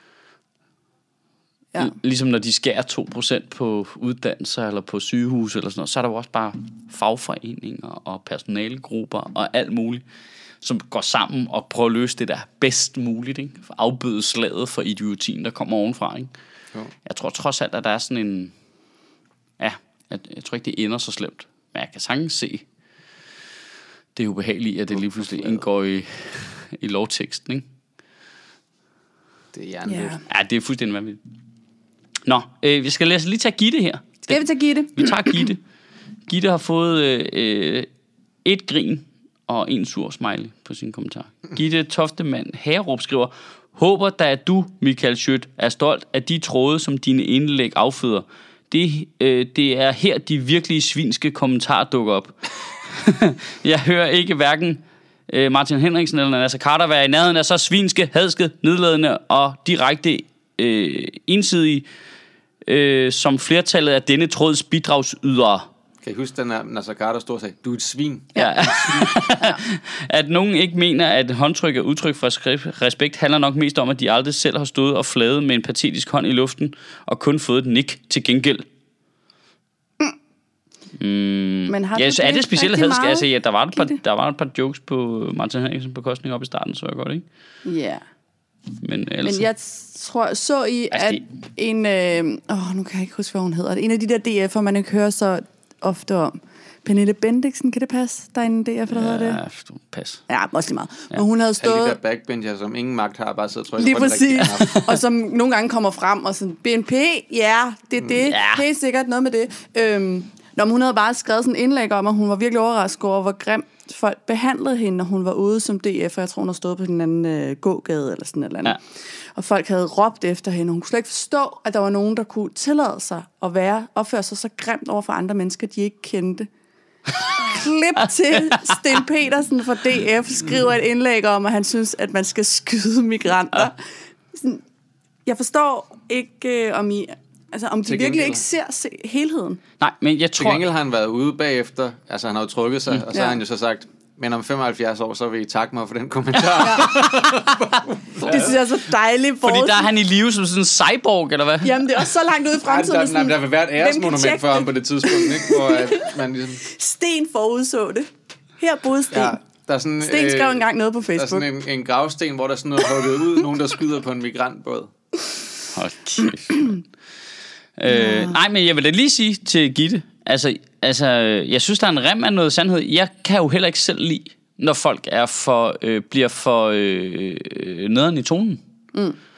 Ja. Ligesom når de skærer 2% på uddannelser eller på sygehus eller sådan noget, så er der jo også bare fagforeninger og personalegrupper og alt muligt, som går sammen og prøver at løse det der bedst muligt, ikke? For afbøde slaget for idiotien, der kommer ovenfra, ikke? Jo. Jeg tror trods alt, at der er sådan en... Ja, jeg tror ikke, det ender så slemt. Men jeg kan sagtens se det er ubehageligt, at det lige pludselig indgår i lovteksten, ikke? Det er hjernedødt. Ja, det er fuldstændig vanvittigt. Nå, vi skal lige tage Gitte her. Skal vi tage Gitte? Vi tager Gitte. Gitte har fået et grin og en sur smiley på sin kommentar. Gitte Toftemand Hagerup skriver: håber da, at du, Michael Schødt, er stolt af de tråde, som dine indlæg afføder. Det er her, de virkelige svinske kommentarer dukker op. Jeg hører ikke hverken Martin Henriksen eller Nasser Carter være i nærheden af så svinske, hadske, nedladende og direkte ensidige, som flertallet af denne tråds bidragsydere. Kan I huske, den Nasser Carter stod og sagde, du er et svin? Ja. At nogen ikke mener, at håndtryk er udtryk for respekt, handler nok mest om, at de aldrig selv har stået og fladet med en patetisk hånd i luften, og kun fået et nik til gengæld. Men har ja, så er det specielt hadsk? Altså, ja, der var et par jokes på Martin Henriksen på kostning op i starten, så jeg godt, ikke? Ja. Men jeg tror, så I, altså, at en... nu kan jeg ikke huske, hvad hun hedder. En af de der DF'er, man ikke hører så ofte om. Pernille Bendiksen, kan det passe? Der er en DF, der hedder det? Ja, pas. Ja, også lige meget. Men hun havde stået... Alle de der backbencher, som ingen magt har, bare sidder og trykker lige på præcis. Og som nogle gange kommer frem og sådan, BNP, ja, det er det. Helt sikkert noget med det. Men hun havde bare skrevet sådan en indlæg om, at hun var virkelig overrasket over, hvor grimt folk behandlede hende, når hun var ude som DF, og jeg tror, hun havde stået på den anden gågade eller sådan et eller andet. Ja. Og folk havde råbt efter hende, og hun kunne slet ikke forstå, at der var nogen, der kunne tillade sig at opføre sig så grimt over for andre mennesker, de ikke kendte. Klip til Sten Petersen fra DF skriver et indlæg om, at han synes, at man skal skyde migranter. Sådan, jeg forstår ikke, om de virkelig ikke ser helheden. Nej, men jeg tror... Til gengæld har han været ude bagefter, altså han har jo trukket sig, og så har han jo så sagt, men om 75 år, så vil I takke mig for den kommentar. Det synes jeg er så dejligt. Fordi der er han i live som sådan en cyborg, eller hvad? Jamen, det er også så langt ude i fremtiden. Der vil være et æresmonument for ham på det tidspunkt, ikke? Hvor at man ligesom... Sten forudså det. Her boede Sten. Ja, der er sådan, Sten skrev engang noget på Facebook. Der er sådan en gravsten, hvor der er sådan noget hugget ud, nogen der skyder på en migrantbåd. Hold kæft. Nej, men jeg vil da lige sige til Gitte, altså, jeg synes, der er en rem af noget sandhed. Jeg kan jo heller ikke selv lide, når folk bliver for nederen i tonen.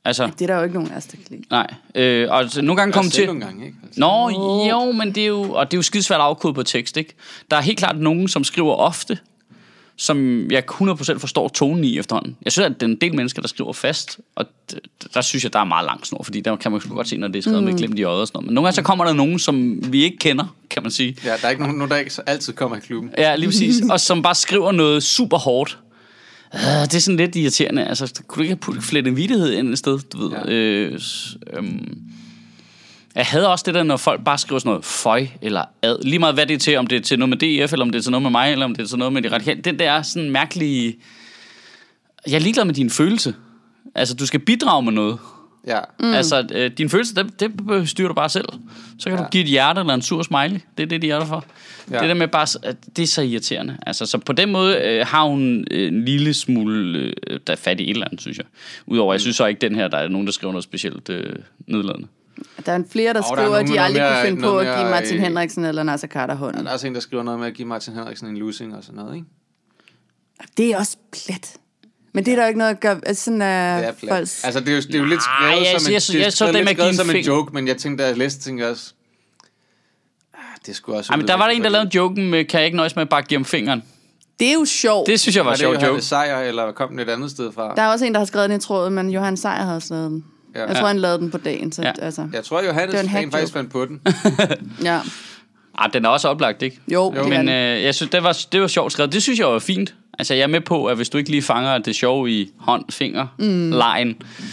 Altså, det er der jo ikke nogen af os, der kan lide. Nej. Og så nogle gange kommer til... nogle gange, ikke? Altså. Jo, men det er jo... Og det er jo skidesvært at afkode på tekst, ikke? Der er helt klart nogen, som skriver ofte, som jeg 100% forstår tonen i efterhånden. Jeg synes, at det er en del mennesker, der skriver fast, og der synes jeg, der er meget lang snor, fordi der kan man godt se, når det er skrevet med glimt i øjet og sådan noget. Men nogle gange så kommer der nogen, som vi ikke kender, kan man sige. Ja, der er ikke nogen, der ikke altid kommer i klubben. Ja, lige præcis. Og som bare skriver noget super hårdt. Det er sådan lidt irriterende. Altså, kunne du ikke have flettet en vittighed ind et sted, du ved? Ja. Jeg havde også det der, når folk bare skriver sådan noget føj eller ad. Lige meget hvad det er til, om det er til noget med DF, eller om det er til noget med mig, eller om det er til noget med de radikale. Den der er sådan mærkelige... Jeg er ligeglad med din følelse. Altså, du skal bidrage med noget. Ja. Altså, din følelse, det styrer du bare selv. Så kan du give et hjerte eller en sur smiley. Det er det, de er der for. Ja. Det der med bare, det er så irriterende. Altså, så på den måde har hun en lille smule, der er fat i et eller andet, synes jeg. Udover, jeg synes så ikke den her, der er nogen, der skriver noget specielt nedladende. Der er flere, der skriver, at de aldrig kunne finde på at give Martin Henriksen eller Nasser Carter hånden. Der er også en, der skriver noget med at give Martin Henriksen en losing og sådan noget, ikke? Det er også plet. Men det er der ikke noget at gøre. Altså, sådan er folks... Altså, det er jo lidt skrevet som en joke, men jeg tænkte, da jeg læste, tænkte jeg også... det skulle også... men der var der en, der lavede joken med, kan jeg ikke nøjes med at bare give ham fingeren? Det er jo sjovt. Det synes jeg var sjovt joke. Var det Seier, eller kom den et andet sted fra? Der er også en, der har skrevet den i tråden, men Johan Seier havde skrevet den. Ja. Jeg tror, han lavede den på dagen. Så, altså, jeg tror, Johannes faktisk fandt på den. Ja. Den er også oplagt, ikke? Jo. Men jeg synes, det var sjovt skrevet. Det synes jeg var fint. Altså, jeg er med på, at hvis du ikke lige fanger det sjove i finger-lejen,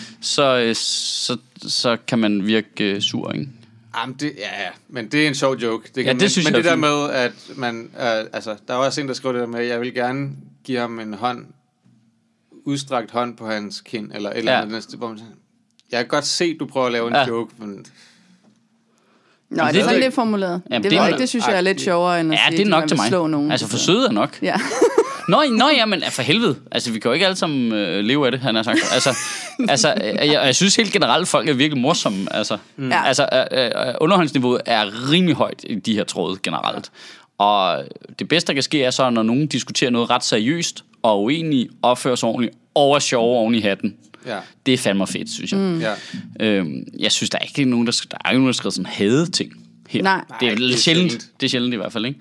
så kan man virke sur, ikke? Jamen, men det er en sjov joke. Det kan synes men jeg det der med, at man... altså, der var også en, der skrev det der med, at jeg vil gerne give ham en udstrakt hånd på hans kind, eller et eller andet næste. Jeg kan godt se, du prøver at lave en joke, men... Nå, det er sådan lidt formuleret. Jamen, det synes jeg er lidt sjovere, end at sige, det er nok til mig. Slå nogen. Altså, forsøget er nok. Ja. Nå, jamen, for helvede. Altså, vi kan jo ikke alle sammen leve af det, han har sagt. Altså, jeg synes helt generelt, at folk er virkelig morsomme. Altså, underholdningsniveauet er rimelig højt i de her tråde generelt. Og det bedste, der kan ske, er så, når nogen diskuterer noget ret seriøst, og uenige, opfører sig ordentligt, og er sjove oven i hatten. Ja. Det er fandme fedt, synes jeg. Jeg synes, der er ikke nogen, der har skrevet sådan hade ting her. Nej. Det er sjældent. Det er sjældent i hvert fald, ikke?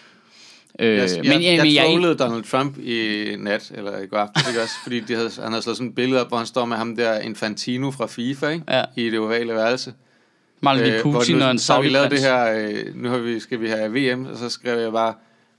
Jeg trollede Donald Trump i nat, eller i går aften, ikke også? Fordi han havde slået sådan et billede op, hvor han står med ham der Infantino fra FIFA, ikke? Ja. I det ovale værelse. Malvin Putin og en så vi lavede det her, skal vi have VM, og så skrev jeg bare,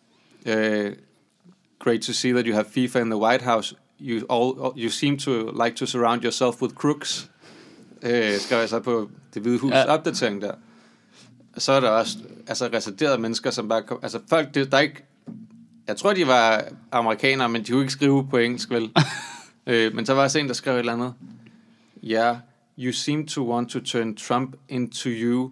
great to see that you have FIFA in the White House. You seem to like to surround yourself with crooks. Skrev jeg så på det Hvide Hus opdatering der. Så er der også retarderede mennesker, som bare kom, altså folk, der ikke, jeg tror de var amerikanere, men de kunne ikke skrive på engelsk, vel? Men så var også en, der skrev et eller andet. Yeah, you seem to want to turn Trump into you,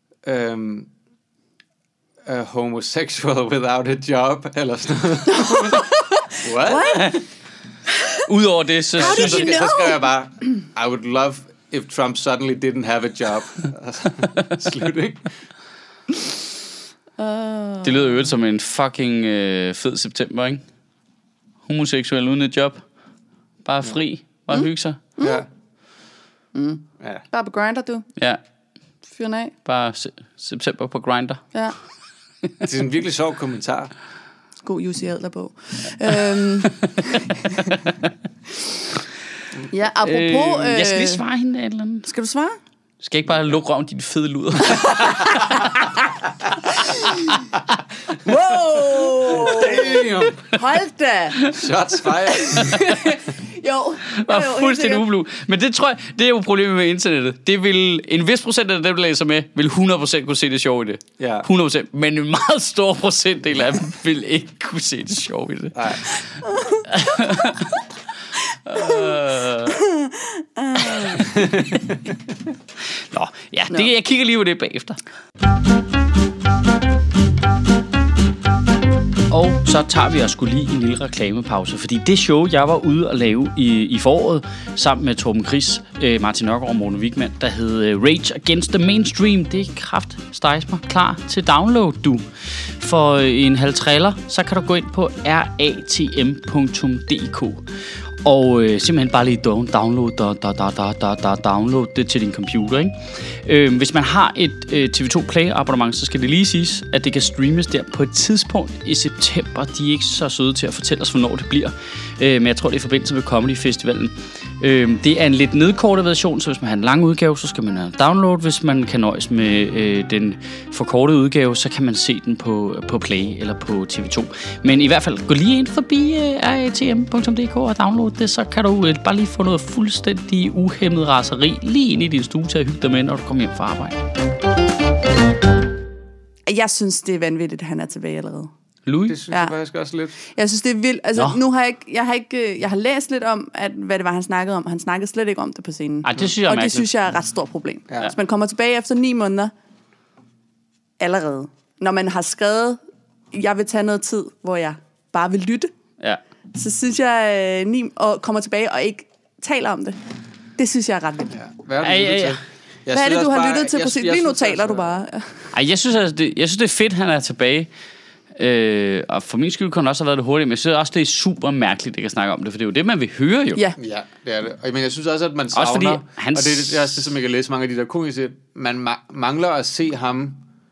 a homosexual without a job, eller sådan noget. What? Udover det, så skrev jeg bare, I would love if Trump suddenly didn't have a job. Slut, ikke? Det lyder jo som en fucking fed september, ikke? Homoseksuel uden et job. Bare fri. Bare hygge sig. Ja. Bare på Grindr, du. Ja. Fyren af. Bare september på Grindr. Ja. Det er en virkelig sjov kommentar. God Jussi Adler-bog. Ja, apropos... jeg skal lige svare hende et eller andet. Skal du svare? Skal jeg ikke bare lukke røven, din fede luder? Wow! Damn! Hold da! Shots fired! Jo. Var fuldstændig ublu. Men det tror jeg, det er jo problemet med internettet. Det vil, en vis procent af dem, der læser med, vil 100% kunne se det sjov i det. Ja. 100%. Men en meget stor procentdel af dem vil ikke kunne se det sjov i det. Nej. Nå, ja, det, jeg kigger lige på det bagefter. Og så tager vi os lige en lille reklamepause, fordi det show, jeg var ude at lave i foråret, sammen med Torben Chris, Martin Nørgaard og Mona Wigman, der hed Rage Against the Mainstream, det er kraftstejsmer klar til download, du. For en halv trailer, så kan du gå ind på ratm.dk. Og simpelthen bare lige download det til din computer, ikke? Hvis man har et TV2 Play abonnement, så skal det lige siges, at det kan streames der på et tidspunkt i september. De er ikke så søde til at fortælle os, hvornår det bliver. Men jeg tror, det er i forbindelse med Comedy Festivalen. Det er en lidt nedkortet version, så hvis man har en lang udgave, så skal man have download. Hvis man kan nøjes med den forkortede udgave, så kan man se den på Play eller på TV2. Men i hvert fald, gå lige ind forbi ratm.dk og download det, så kan du bare lige få noget fuldstændig uhæmmet raseri lige ind i din stue til at hygge dig med, når du kommer hjem fra arbejde. Jeg synes, det er vanvittigt, at han er tilbage allerede. Louis? Det synes jeg faktisk også lidt. Jeg synes, det er vildt. Altså, nu har jeg har læst lidt om, hvad det var, han snakkede om. Han snakkede slet ikke om det på scenen. Ej, det synes jeg og det synes jeg er et ret stort problem. Ja. Hvis man kommer tilbage efter 9 måneder, allerede, når man har skrevet, jeg vil tage noget tid, hvor jeg bare vil lytte, så synes jeg, og kommer tilbage og ikke taler om det. Det synes jeg er ret vildt. Ja. Hvad er det, Hvad er det, du har lyttet til præcis? Lige nu taler du bare. Ej, jeg synes, det er fedt, han er tilbage. Og for min skyld kunne han også have været det hurtigt, men jeg synes også, det er super mærkeligt, at jeg kan snakke om det, for det er jo det, man vil høre jo. Ja, det er det. Men jeg synes også, at man savner, også fordi og det er også det, som jeg kan læse mange af de der komikere, man mangler at se ham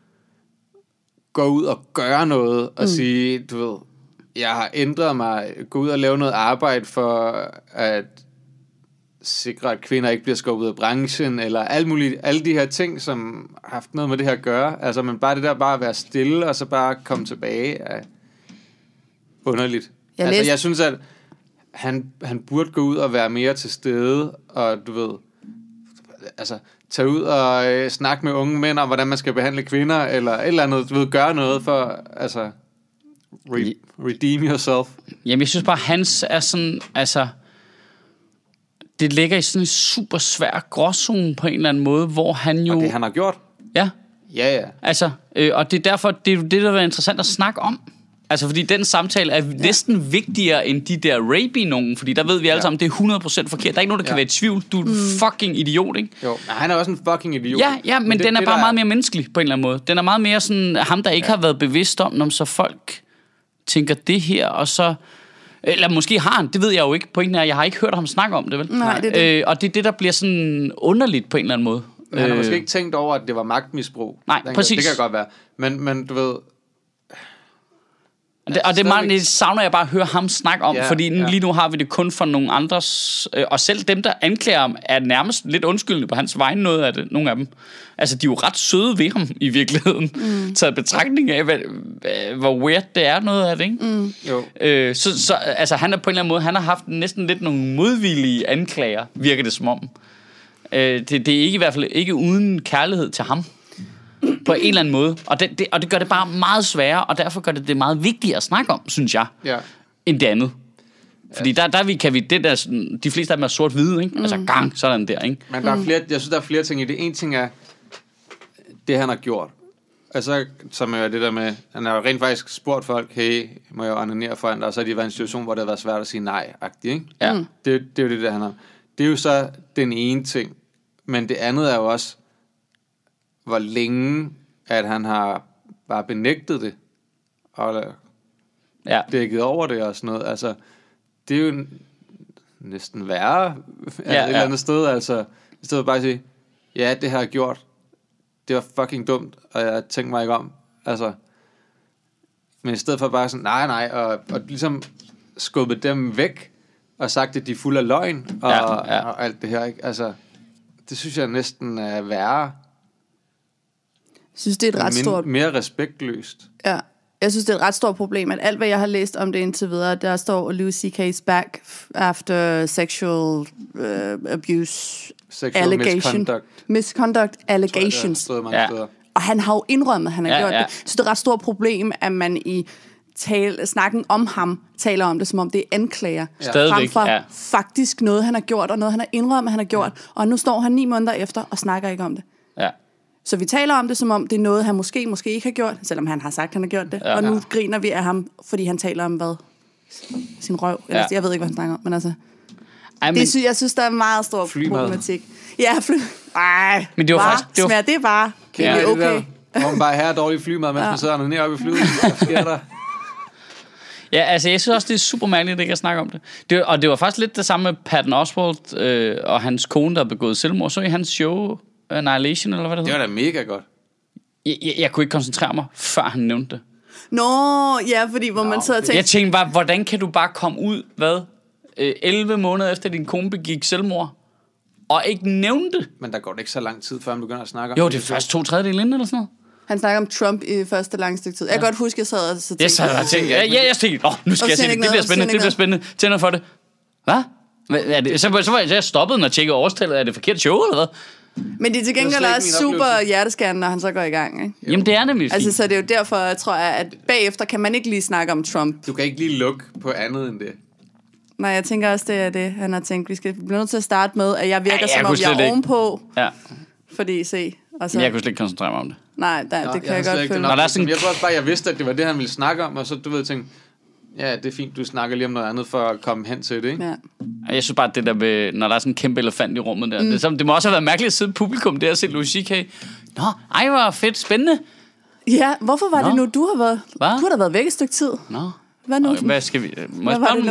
gå ud og gøre noget, og sige, du ved, jeg har ændret mig, gå ud og lave noget arbejde for at sikre, at kvinder ikke bliver skubbet af branchen, eller alle de her ting, som har haft noget med det her at gøre. Altså, men bare det der, bare at være stille, og så bare komme tilbage, er underligt. Jeg synes, at han burde gå ud og være mere til stede, og du ved, altså, tage ud og snakke med unge mænd om, hvordan man skal behandle kvinder, eller et eller andet, du ved, gøre noget for, altså, redeem yourself. Jamen, jeg synes bare, hans er sådan, altså, det ligger i sådan en super svær gråzone på en eller anden måde, hvor han jo... Og det han har gjort? Ja. Ja. Altså, og det er derfor, det er jo det, der er interessant at snakke om. Altså, fordi den samtale er næsten vigtigere end de der rape-nogen, fordi der ved vi alle sammen, det er 100% forkert. Der er ikke nogen, der kan være i tvivl. Du er en fucking idiot, ikke? Jo, han er også en fucking idiot. Ja, men den er bare meget mere menneskelig på en eller anden måde. Den er meget mere sådan, ham der ikke har været bevidst om så folk tænker det her, og så... Eller måske har han, det ved jeg jo ikke. Pointen er, jeg har ikke hørt ham snakke om det, vel? Nej, det er det. Og det er det, der bliver sådan underligt på en eller anden måde. Men han har måske ikke tænkt over, at det var magtmisbrug. Nej, præcis. Det kan godt være. Men du ved... Det savner jeg bare at høre ham snakke om, fordi lige nu har vi det kun for nogle andres, og selv dem, der anklager ham, er nærmest lidt undskyldende på hans vegne, noget af det, nogle af dem. Altså, de er jo ret søde ved ham i virkeligheden, taget betragtning af, hvor weird det er, noget af det, ikke? Jo. Så altså, han er på en eller anden måde, han har haft næsten lidt nogle modvillige anklager, virker det som om. Det er ikke, i hvert fald ikke uden kærlighed til ham. På en eller anden måde. Og det gør det bare meget sværere, og derfor gør det meget vigtigere at snakke om, synes jeg, end det andet. Fordi der kan vi, det der, de fleste af dem er sort-hvide, ikke? Altså gang, sådan der, ikke? Men der er flere, jeg synes, der er flere ting i det. En ting er, det han har gjort. Altså, som er det der med, han har rent faktisk spurgt folk, hey, må jeg onanere foran dig? Og så har de været i en situation, hvor det har været svært at sige nej-agtigt, ikke? Ja. Det er jo det, der han har. Det er jo så den ene ting. Men det andet er jo også, hvor længe, at han har bare benægtet det, og dækket over det og sådan noget. Altså, det er jo næsten værre et eller andet sted, altså, i stedet for bare at sige, ja, det har jeg gjort, det var fucking dumt, og jeg tænkte mig ikke om, altså, men i stedet for bare sådan, nej, og ligesom skubbet dem væk, og sagt, at de er fulde af løgn, og alt det her, ikke? Altså, det synes jeg næsten er værre. Jeg synes, det er et ret stort... Mere respektløst. Ja, jeg synes, det er et ret stort problem, at alt, hvad jeg har læst om det indtil videre, der står Louis C.K.'s back after sexual abuse allegation. Misconduct allegations. Og han har jo indrømmet, at han har gjort det. Så det er et ret stort problem, at man i snakken om ham taler om det, som om det er anklager. Frem for faktisk noget, han har gjort, og noget, han har indrømmet, han har gjort. Og nu står han 9 måneder efter og snakker ikke om det. Ja. Så vi taler om det, som om det er noget, han måske ikke har gjort, selvom han har sagt, han har gjort det. Og nu griner vi af ham, fordi han taler om hvad? Sin røv. Eller, jeg ved ikke, hvad han snakker om, men altså... jeg synes, der er meget stor problematik. Ja, men det var faktisk... Smager det bare? Okay. Hvor man bare her dårlig flymad, mens man sidder nede oppe i flyet. Hvad sker der? Ja, altså jeg synes også, det er super mærkeligt, at jeg ikke kan snakke om det. Og det var faktisk lidt det samme med Patton Oswalt og hans kone, der begået selvmord. Så i hans show, Annihilation, eller hvad det hedder? Det var da mega godt. Jeg kunne ikke koncentrere mig, før han nævnte det. Nå, ja, fordi hvor man så tænkte... Jeg tænkte bare, hvordan kan du bare komme ud, 11 måneder efter din kone begik selvmord, og ikke nævne det? Men der går det ikke så lang tid, før han begynder at snakke om det. Jo, det er først 2/3 inden, eller sådan noget. Han snakker om Trump i første lange stykke tid. Jeg kan godt huske, jeg sad og så tænkte... Jeg tænkte, nu skal jeg se det. Det bliver spændende. Tænder for det. Hvad? Er det? Så var jeg stoppet, når jeg tjekkede årstallet. Er det forkert show, eller hvad? Men det er til gengæld også super hjerteskærende, når han så går i gang, ikke? Jamen, det er nemlig fint. Altså, så det er jo derfor, tror jeg, at bagefter kan man ikke lige snakke om Trump. Du kan ikke lige lukke på andet end det. Nej, jeg tænker også, det er det, han har tænkt. Vi skal blive nødt til at starte med, at jeg virker som om, jeg er ovenpå. Ja. Fordi, se. Og så... Men jeg kunne slet ikke koncentrere mig om det. Nej, det kan jeg godt følge. Jeg tror også bare, jeg vidste, at det var det, han ville snakke om, og så, du ved, tænkte, ja, det er fint, du snakker lige om noget andet, for at komme hen til det, ikke? Ja. Jeg synes bare, det der med, når der er sådan en kæmpe elefant i rummet der, det må også have været mærkeligt at sidde publikum der og se Louis C.K. Nå, ej, hvor fedt, spændende. Ja, hvorfor var det nu, du har været? Hva? Du har da været væk et stykke tid. Nå. Hvad nu? Hvad skal vi... Må jeg spørge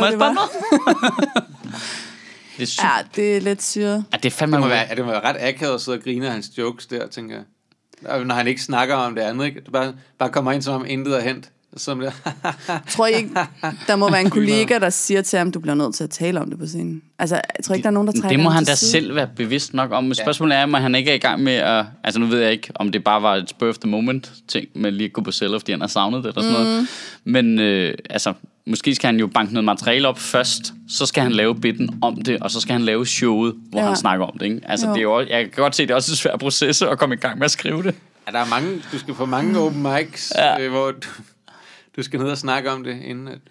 noget? Ja, det er lidt syret. Ja, det er fandme... Det må være ret akavet at sidde og grine af hans jokes der, tænker jeg. Når han ikke snakker om det andet, ikke? Det bare kommer ind, som om intet er hent. Som det. Tror I ikke, der må være en kollega, der siger til ham, du bliver nødt til at tale om det på scenen? Altså, jeg tror ikke, der er nogen, der trækker det må ham han da side. selv være bevidst nok om. Men spørgsmålet er, om han ikke er i gang med at... Altså, nu ved jeg ikke, om det bare var et spur of the moment ting med lige at gå på celler, fordi han har savnet det eller sådan noget. Men altså, måske skal han jo banke noget materiale op først, så skal han lave bitten om det, og så skal han lave showet, hvor han snakker om det, ikke? Altså, det er jo, jeg kan godt se, det er også en svær proces at komme i gang med at skrive det. Ja, der er mange... Du skal få mange open mics, hvor... Du skal ned og snakke om det, inden at...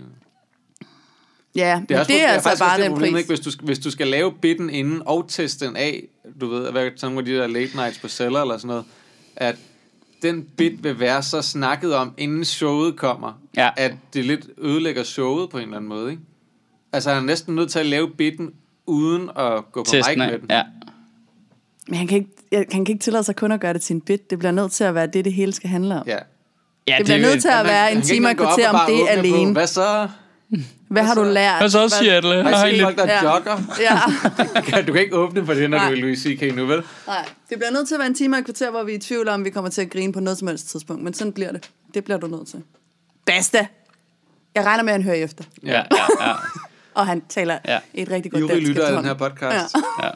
Ja, det er altså bare den pris. Ikke? Hvis du skal lave bitten inden og teste den af, du ved, hvad sådan med de der late nights på celler eller sådan noget, at den bit vil være så snakket om, inden showet kommer, at det lidt ødelægger showet på en eller anden måde, ikke? Altså, han er næsten nødt til at lave bitten uden at gå på mic med den. Ja. Men han kan ikke tillade sig kun at gøre det til en bit. Det bliver nødt til at være det hele skal handle om. Ja. Ja, det bliver nødt til at være en time og kvarter om det alene. På, hvad så? Hvad har du lært? Hvad så, Seattle? Har I set folk, der jogger? Ja. Du kan ikke åbne for det, når du er Louis C.K. nu, vel? Nej, det bliver nødt til at være en time og et kvarter, hvor vi er i tvivl om, vi kommer til at grine på noget som helst tidspunkt. Men sådan bliver det. Det bliver du nødt til. Basta! Jeg regner med, at han hører efter. Ja. Og han taler et rigtig godt dansk. Ivrig lytter af den her podcast.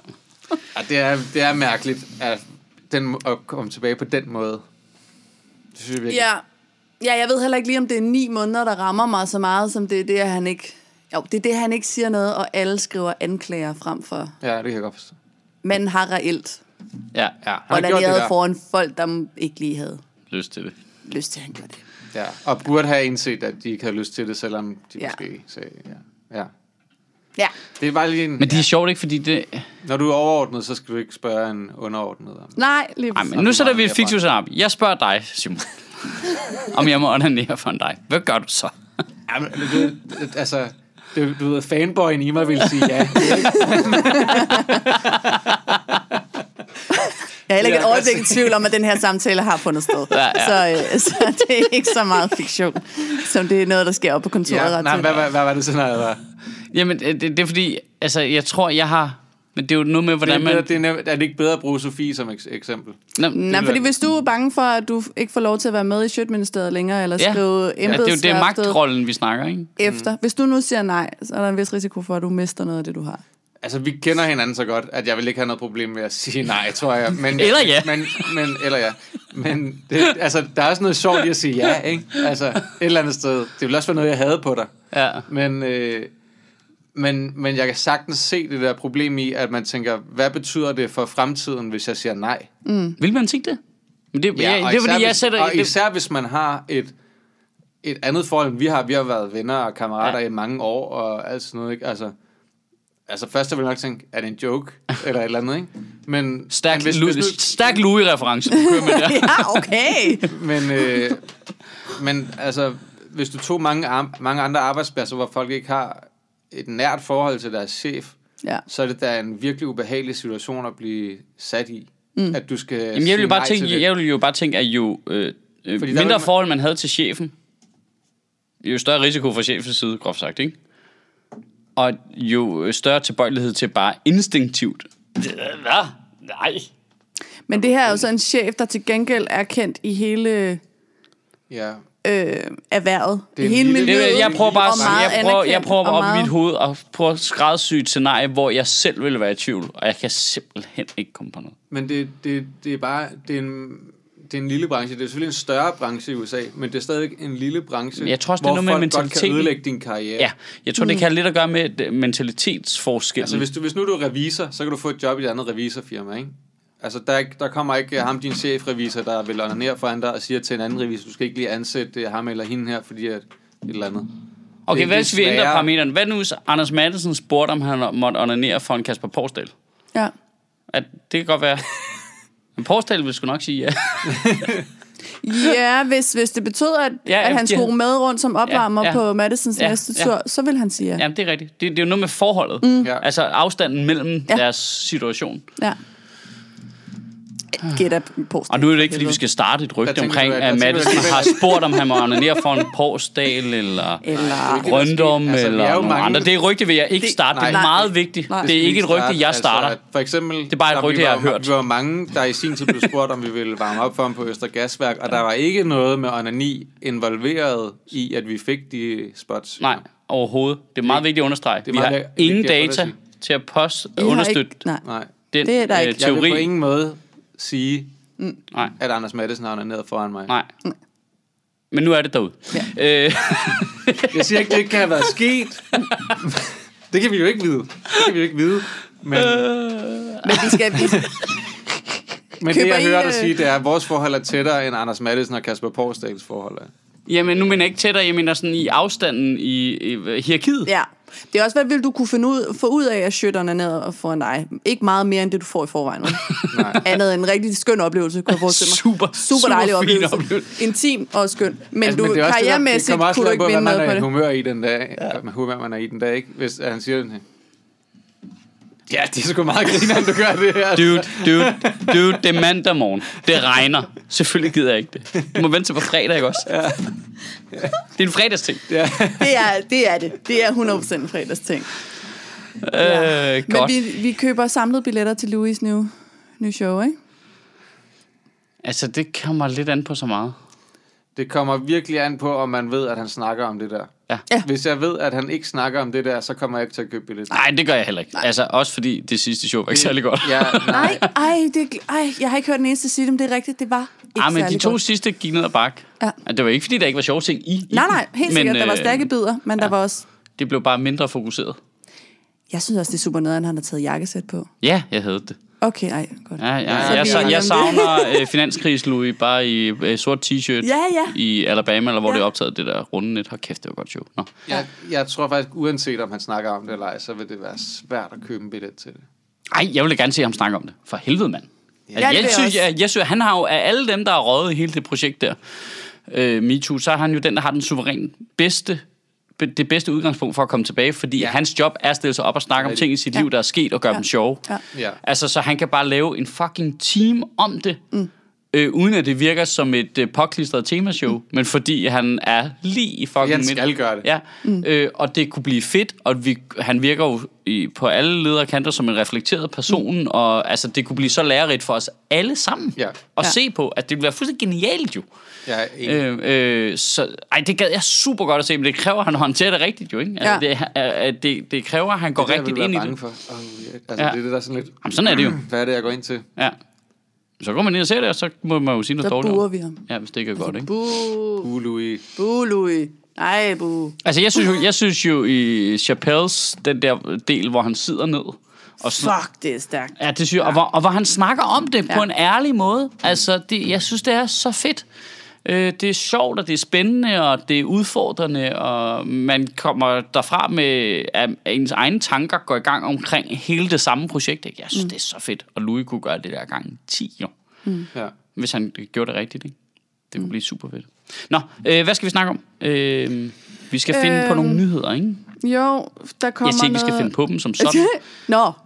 Ja, det er mærkeligt at komme tilbage på den måde. Det synes jeg virkelig. Ja, jeg ved heller ikke lige, om det er 9 måneder, der rammer mig så meget, som det er det, han ikke... Jo, det er det, han ikke siger noget, og alle skriver anklager frem for. Ja, det kan jeg godt forstå. Men har reelt. Ja. Hvordan de havde foran folk, der ikke lige havde lyst til det. Lyst til, at han gjorde det. Ja, og burde have indset, at de ikke havde lyst til det, selvom de måske sagde, ja. Det er bare lige en... Men det er sjovt, ikke? Fordi det... Når du er overordnet, så skal du ikke spørge en underordnet om. Nej, lige præcis. Men nu sætter vi et fiktivt op. Jeg spørger dig, Simon. Om jeg må onanere for dig. Hvad gør du så? Jamen, altså... Du ved, fanboyen i mig vil sige ja. Jeg er heller ikke et øjeblik i tvivl om, at den her samtale har fundet sted. Så det er ikke så meget fiktion, som det er noget, der sker op på kontoret. Hvad var det sådan noget, der? Jamen, det er fordi, altså, jeg tror, jeg har... Men det er jo noget med, hvordan man... Er det ikke bedre at bruge Sofie som eksempel? Nej, fordi hvis du er bange for, at du ikke får lov til at være med i Sjøtministeriet længere, eller skrive embedsværftet... det er magtrollen, vi snakker, ikke? Efter. Hvis du nu siger nej, så er der en vis risiko for, at du mister noget af det, du har. Altså, vi kender hinanden så godt, at jeg vil ikke have noget problem med at sige nej, tror jeg. Men, eller ja. Eller ja. Men det, altså, der er også noget sjovt i at sige ja, ikke? Altså, et eller andet sted. Det ville også være noget, jeg havde på dig. Ja. Men jeg kan sagtens se det der problem i, at man tænker, hvad betyder det for fremtiden, hvis jeg siger nej? Vil man tænke det? Men det er fordi, jeg sætter... Og især hvis man har et andet forhold, end vi har. Vi har været venner og kammerater i mange år, og alt sådan noget, ikke? Altså først vil jeg nok tænke, er det en joke? Eller et eller andet, ikke? Men stærk Louis-reference, du kører med der. Ja, okay. Men altså, hvis du tog mange andre arbejdspladser, hvor folk ikke har et nært forhold til deres chef, så er det da en virkelig ubehagelig situation at blive sat i. At du skal Jamen, jeg vil jo bare tænke, at jo mindre forhold man havde til chefen, jo større risiko for chefens side, groft sagt, ikke? Og jo større tilbøjelighed til bare instinktivt. Hvad? Nej. Men det her er jo så en chef, der til gengæld er kendt i hele erhvervet. I hele miljøet. Jeg prøver bare op i mit hoved at prøve at skræddersy et scenarie, hvor jeg selv ville være i tvivl, og jeg kan simpelthen ikke komme på noget. Men det er bare... Det er en lille branche. Det er selvfølgelig en større branche i USA, men det er stadig en lille branche, jeg tror også, det er noget med mentaliteten. Godt kan ødelægge din karriere. Ja, jeg tror, det kan have lidt at gøre med mentalitetsforskel. Altså, hvis nu du er revisor, så kan du få et job i et andet revisorfirma, ikke? Altså, der kommer ikke ham, din chefrevisor, der vil onanere foran dig og siger til en anden revisor, du skal ikke lige ansætte ham eller hende her, fordi at et eller andet. Okay, hvad hvis vi ændrer parameteren? Hvad nu, hvis Anders Matthesen spurgte, om han måtte onanere for en Kasper Porsdal? Ja. Det kan godt være... Men Porsdal vil sgu nok sige ja. Ja, hvis det betød, at han skulle med rundt som opvarmer på Madisons næste tur, så vil han sige ja. Jamen, det er rigtigt. Det er jo noget med forholdet. Altså afstanden mellem deres situation. Ja. Og nu er det ikke, fordi vi skal starte et rygte omkring, at Madison har spurgt, om han må onanere for en Porsdal, eller Røndum, altså, eller nogle andre. Det er rygte, vil jeg ikke starte. Det er meget vigtigt. Det er ikke et rygte, jeg starter. Altså, for eksempel, det er bare et rygte, jeg har hørt. Vi var mange, der i sin tid blev spurgt, om vi ville varme op for ham på Østre Gasværk, og der var ikke noget med onani involveret i, at vi fik de spots. Nej, overhovedet. Det er meget vigtigt at understrege. Vi har ingen data til at understøtte den teori. Jeg vil på ingen måde sige, at Anders Matthesen har onaneret foran mig. Nej. Men nu er det derude. Ja. Jeg siger ikke, det ikke kan have været sket. Det kan vi jo ikke vide. Men vi skal... Men det, jeg hører dig sige, det er, at vores forhold er tættere end Anders Matthesen og Kasper Porsdals forhold er. Jamen, nu mener jeg ikke tættere, jeg mener sådan i afstanden i hierarkiet. Ja. Det er også, hvad vil du kunne få ud af at shirterne ned og foran dig? Ikke meget mere, end det du får i forvejen. Nej. Andet end en rigtig skøn oplevelse, kunne jeg forestille mig. Super dejlig oplevelse. Intim og skøn. Men altså, du karrieremæssigt kunne du ikke vinde noget på det. Humør i den dag, humør man er i den dag, ikke? Hvis han siger den her. Ja, det er sgu meget grinerende, du gør det her. Dude, det er mandag morgen. Det regner. Selvfølgelig gider jeg ikke det. Du må vente til på fredag, ikke også? Ja. Det er en fredagsting. Ja. Det er det. Det er 100% en fredagsting. Godt. Men vi køber samlede billetter til Louis' nye show, ikke? Altså, det kommer lidt an på så meget. Det kommer virkelig an på, om man ved, at han snakker om det der. Ja. Hvis jeg ved, at han ikke snakker om det der, så kommer jeg ikke til at købe billetter. Nej, det gør jeg heller ikke. Altså, også fordi det sidste show var ikke særlig godt. Ja, nej. Jeg har ikke hørt den eneste sige dem. Det er rigtigt, det var ikke særlig godt. Men de to sidste gik ned ad bak. Ja. Det var ikke, fordi der ikke var sjove ting i. Nej, helt sikkert. Der var stærke bidder, men der var også... Det blev bare mindre fokuseret. Jeg synes også, det er super nederen, han har taget jakkesæt på. Ja, jeg havde det. Okay, godt. Jeg savner finanskris Louis bare i sort t-shirt i Alabama, eller hvor det er optaget det der runde net. Hold kæft, det var godt show. Nå. Jeg tror faktisk, uanset om han snakker om det eller ej, så vil det være svært at købe en billet til det. Ej, jeg ville gerne se ham snakke om det. For helvede, mand. Jeg synes, han har jo af alle dem, der har røget i hele det projekt der, MeToo, så er han jo den, der har den suverænt det bedste udgangspunkt for at komme tilbage, fordi hans job er at stille sig op og snakke om ting i sit liv, der er sket, og gøre dem sjove. Ja. Altså, så han kan bare lave en fucking team om det, uden at det virker som et påklistret temashow, men fordi han er lige i fucking midt. Han skal gøre det. Ja. Og det kunne blive fedt, og han virker jo på alle ledere kanter som en reflekteret person, og altså, det kunne blive så lærerigt for os alle sammen at se på, at det bliver fuldstændig genialt jo. Så det gad jeg super godt at se, men det kræver, at han håndterer det rigtigt jo, ikke? Altså, det kræver, at han går rigtigt ind i det. For. Det er det der sådan lidt... Jamen, sådan er det jo. Hvad er det, jeg går ind til? Ja. Så går man ind og ser det, og så må man jo sige noget dårligt. Så buer vi ham. Ja, hvis det ikke er godt, ikke? Buh, Louis. Buh, Louis. Ej, buh. Altså, jeg synes jo i Chappelles, den der del, hvor han sidder ned. Og fuck, det er stærkt. Ja, det synes jeg. Og hvor han snakker om det på en ærlig måde. Altså, jeg synes, det er så fedt. Det er sjovt, og det er spændende, og det er udfordrende, og man kommer derfra med, at ens egne tanker går i gang omkring hele det samme projekt. Ikke? Jeg synes, det er så fedt, og Louis kunne gøre det der gang 10 år. Hvis han gjorde det rigtigt. Ikke? Det kunne blive super fedt. Nå, hvad skal vi snakke om? Vi skal finde på nogle nyheder, ikke? Jo, der kommer jeg siger ikke, vi skal finde på dem som sådan. Nå.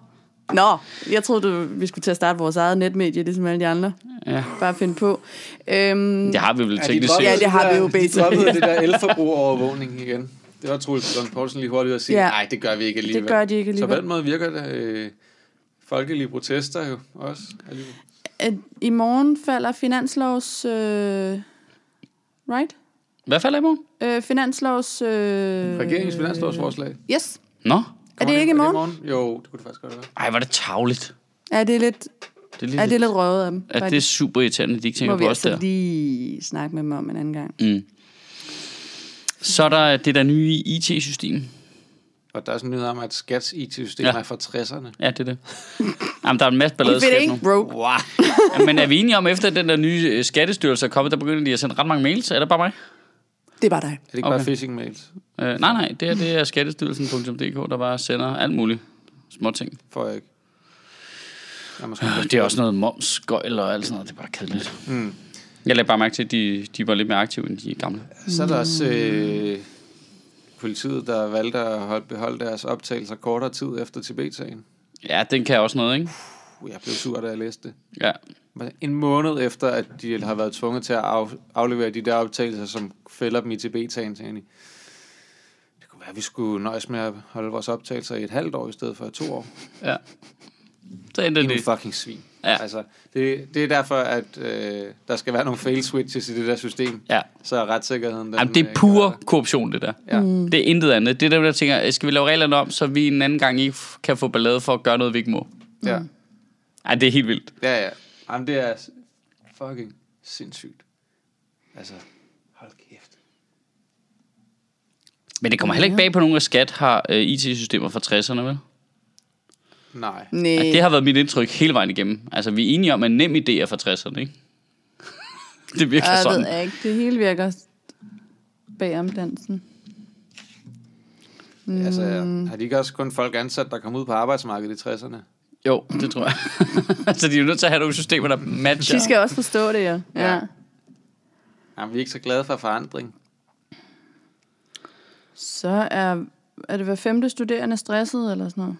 Nå, jeg troede, vi skulle til at starte vores eget netmedie, ligesom alle de andre. Ja. Bare finde på. Det har vi vel teknisk Ja, det har vi jo basically. De droppede det der elforbrugerovervågning igen. Det var Troels Lund Poulsen lige hurtigt at sige, nej, det gør vi ikke alligevel. Det gør de ikke alligevel. Så på den måde virker det folkelige protester jo også alligevel. I morgen falder finanslovs... right? Hvad falder i morgen? Finanslovs... Regeringens finanslovsforslag. Yes. Nå? Er det ikke i morgen? Jo, det kunne det faktisk godt være. Ej, var det tarveligt. Ja, det er lidt... Det er lidt røvet af dem. Ja, det er super irriterende, de ikke tænker på os der. Må vi altså lige snakke med dem om en anden gang. Så er der det der nye IT-system. Og der er sådan en nyhed om, at Skats IT-system er fra 60'erne. Ja, det er det. Jamen, der er en masse ballade skat nu. Wow. Ja, men er vi enige om, efter den der nye skattestyrelse er kommet, der begynder de at sende ret mange mails? Er det bare mig? Det er bare dig. Er det ikke bare phishing mails? Nej, det er skattestyrelsen.dk, der bare sender alt muligt små ting. Får jeg ikke. Det er også noget momsgøjl og alt sådan noget. Det er bare kedeligt. Jeg lagde bare mærke til, at de var lidt mere aktive, end de gamle. Så er der også politiet, der valgte at beholde deres optagelser kortere tid efter Tibet-sagen. Ja, den kan også noget, ikke? Jeg blev sur, da jeg læste det. Ja. En måned efter, at de har været tvunget til at aflevere de der optagelser, som fælder dem i Tibet-sagen, tænkte de, det kunne være, at vi skulle nøjes med at holde vores optagelser i et halvt år, i stedet for 2 år. Ja. Så endte det. Det er fucking svin. Ja. Altså, det er derfor, at der skal være nogle fail switches i det der system. Ja. Så retssikkerheden... Jamen, det er pure korruption, det der. Ja. Det er intet andet. Det er dem, der tænker, skal vi lave reglerne om, så vi en anden gang ikke kan få ballade for at gøre noget, vi ikke må. Ja. Ej, det er helt vildt. Ja. Jamen, det er fucking sindssygt. Altså, hold kæft. Men det kommer heller ikke bag på nogen, at skat har IT-systemer fra 60'erne, vel? Nej. Altså, det har været mit indtryk hele vejen igennem. Altså, vi er enige om, at nem idé er fra 60'erne, ikke? Det virker sådan. Jeg ved ikke. Det hele virker bagom dansen. Altså, har de ikke også kun folk ansat, der kom ud på arbejdsmarkedet i 60'erne? Jo, det tror jeg. Så de er jo nødt til at have nogle systemer, der matcher. De skal også forstå det, ja. Jamen, vi er ikke så glade for forandring. Så er det hver 5. studerende stresset, eller sådan noget?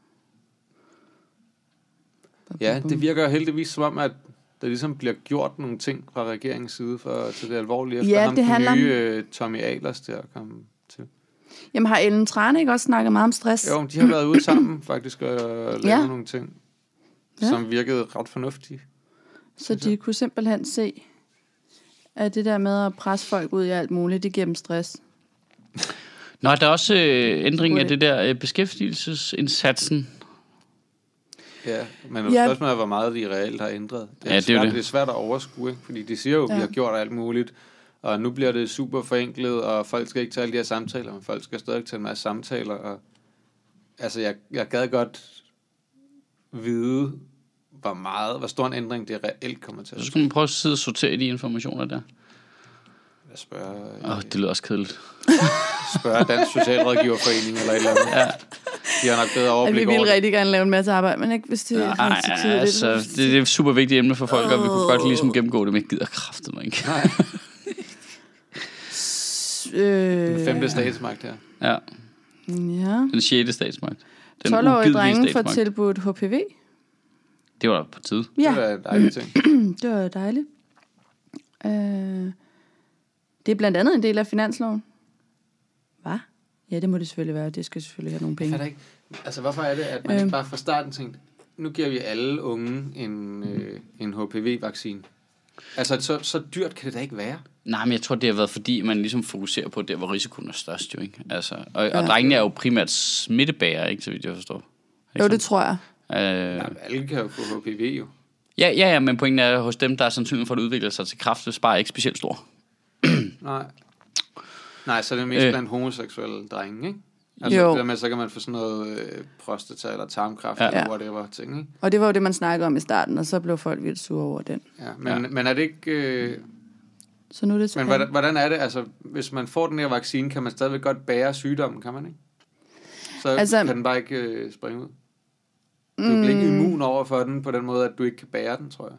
Ja, det virker heldigvis som om, at der ligesom bliver gjort nogle ting fra regeringens side til det alvorlige, efter ham den nye Tommy Ahlers der at komme til. Jamen, har Ellen Trane ikke også snakket meget om stress? Jo, de har været ude sammen faktisk og lavet nogle ting, som virkede ret fornuftige. Så de kunne simpelthen se, at det der med at presse folk ud i alt muligt, det giver dem stress. Nå, der er også ændring af det der beskæftigelsesindsatsen. Ja, men spørgsmålet er, hvor meget de reelt har ændret. Det er svært at overskue, ikke? Fordi de siger jo, at vi har gjort alt muligt, og nu bliver det super forenklet, og folk skal ikke tage alle de her samtaler, men folk skal stadig tage en masse samtaler. Og, altså, jeg gad godt vide, hvor stor en ændring det reelt kommer til. Så skal man prøve at sidde og sortere de informationer der. Jeg spørger... det lyder også kedeligt. Spørger Dansk Socialrådgiverforening eller et eller andet. Ja. De har nok bedre overblik over det. Vi vil rigtig gerne lave en masse arbejde, men ikke hvis det er det er et super vigtigt emne for folk, og vi kunne godt ligesom gennemgå det, men jeg gider kraftet mig ikke. Nej. Den 5. statsmagt her. Ja. Den 6. statsmagt. 12-årige drenge får tilbudt HPV. Det var på tide. Ja. Det var en dejlig ting. Det var dejligt. Det er blandt andet en del af finansloven. Hvad? Ja, det må det selvfølgelig være. Det skal selvfølgelig have nogle penge. Ikke. Altså, hvorfor er det, at man ikke bare fra starten tænkte, nu giver vi alle unge en HPV-vaccine? Altså, så dyrt kan det da ikke være. Nej, men jeg tror, det har været fordi, man ligesom fokuserer på der, hvor risikoen er størst, jo, ikke? Altså, og drengene er jo primært smittebærere, ikke, så vidt jeg forstår. Jo, det tror jeg. Alle kan jo få HPV, jo. Ja, men pointen er, hos dem, der er sandsynlighed for at udvikle sig til kræft, det bare ikke specielt stor. Nej, så er det mest blandt homoseksuelle drenge, ikke? Altså, dermed, så kan man få sådan noget prostata eller tarmkræft eller whatever ting, ikke? Og det var jo det, man snakkede om i starten, og så blev folk vildt sure over den. Ja, men er det ikke... Så nu er det men hvordan er det? Altså, hvis man får den her vaccine, kan man stadigvæk godt bære sygdommen, kan man ikke? Så kan den bare ikke springe ud. Du bliver ikke immun over for den på den måde, at du ikke kan bære den, tror jeg.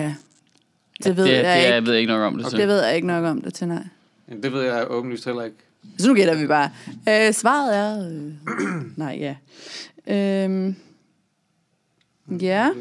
Det ved jeg ikke. Jeg ved ikke nok om det til. Det ved jeg ikke nok om det til, nej. Det ved jeg åbenlyst heller ikke. Så nu gætter vi bare. Svaret er... nej, ja. Ja.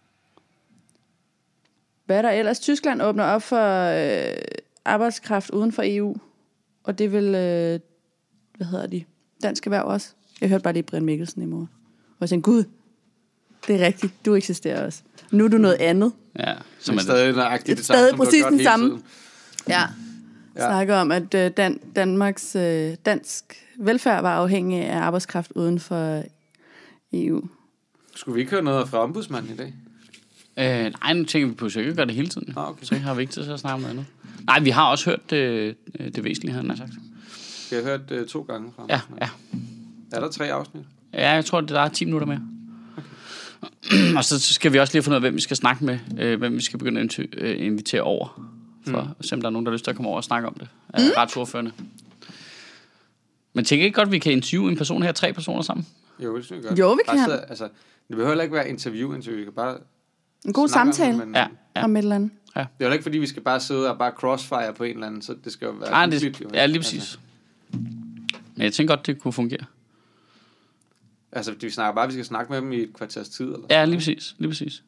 Hvad er der ellers? Tyskland åbner op for arbejdskraft uden for EU. Og det vil... hvad hedder de? Dansk Erhverv også. Jeg hørte bare lige Brian Mikkelsen i morgen. Og jeg tænkte, gud, det er rigtigt. Du eksisterer også. Nu er du noget andet. Ja, som er stadig nøjagtigt det samme. Stadig præcis den samme. Ja. Snakker om, at dansk velfærd var afhængig af arbejdskraft uden for EU. Skulle vi ikke høre noget fra ombudsmanden i dag? Nej, nu tænker vi på, så jeg kan gøre det hele tiden. Okay. Så har vi ikke tid til at snakke om noget andet. Nej, vi har også hørt det væsentlige, han har sagt. Vi har hørt 2 gange fra ombudsmanden. Ja. Er der 3 afsnit? Ja, jeg tror, der er 10 minutter mere. Okay. Og så skal vi også lige finde ud af, hvem vi skal snakke med. Hvem vi skal begynde at invitere over. For at se, om der er nogen, der har lyst til at komme over og snakke om det. Retsordførende. Men tænker ikke godt, at vi kan interviewe en person her, 3 personer sammen? Jo, det synes jeg godt. Jo, vi kan. Altså, det behøver heller ikke være interview. Vi kan bare en god samtale om et eller andet. Ja. Det er jo ikke, fordi vi skal bare sidde og bare crossfire på en eller anden, så det skal jo være... Nej, ja, lige præcis. Altså. Men jeg tænker godt, det kunne fungere. Altså, vi snakker bare, vi skal snakke med dem i et kvarters tid, eller? Ja, lige præcis.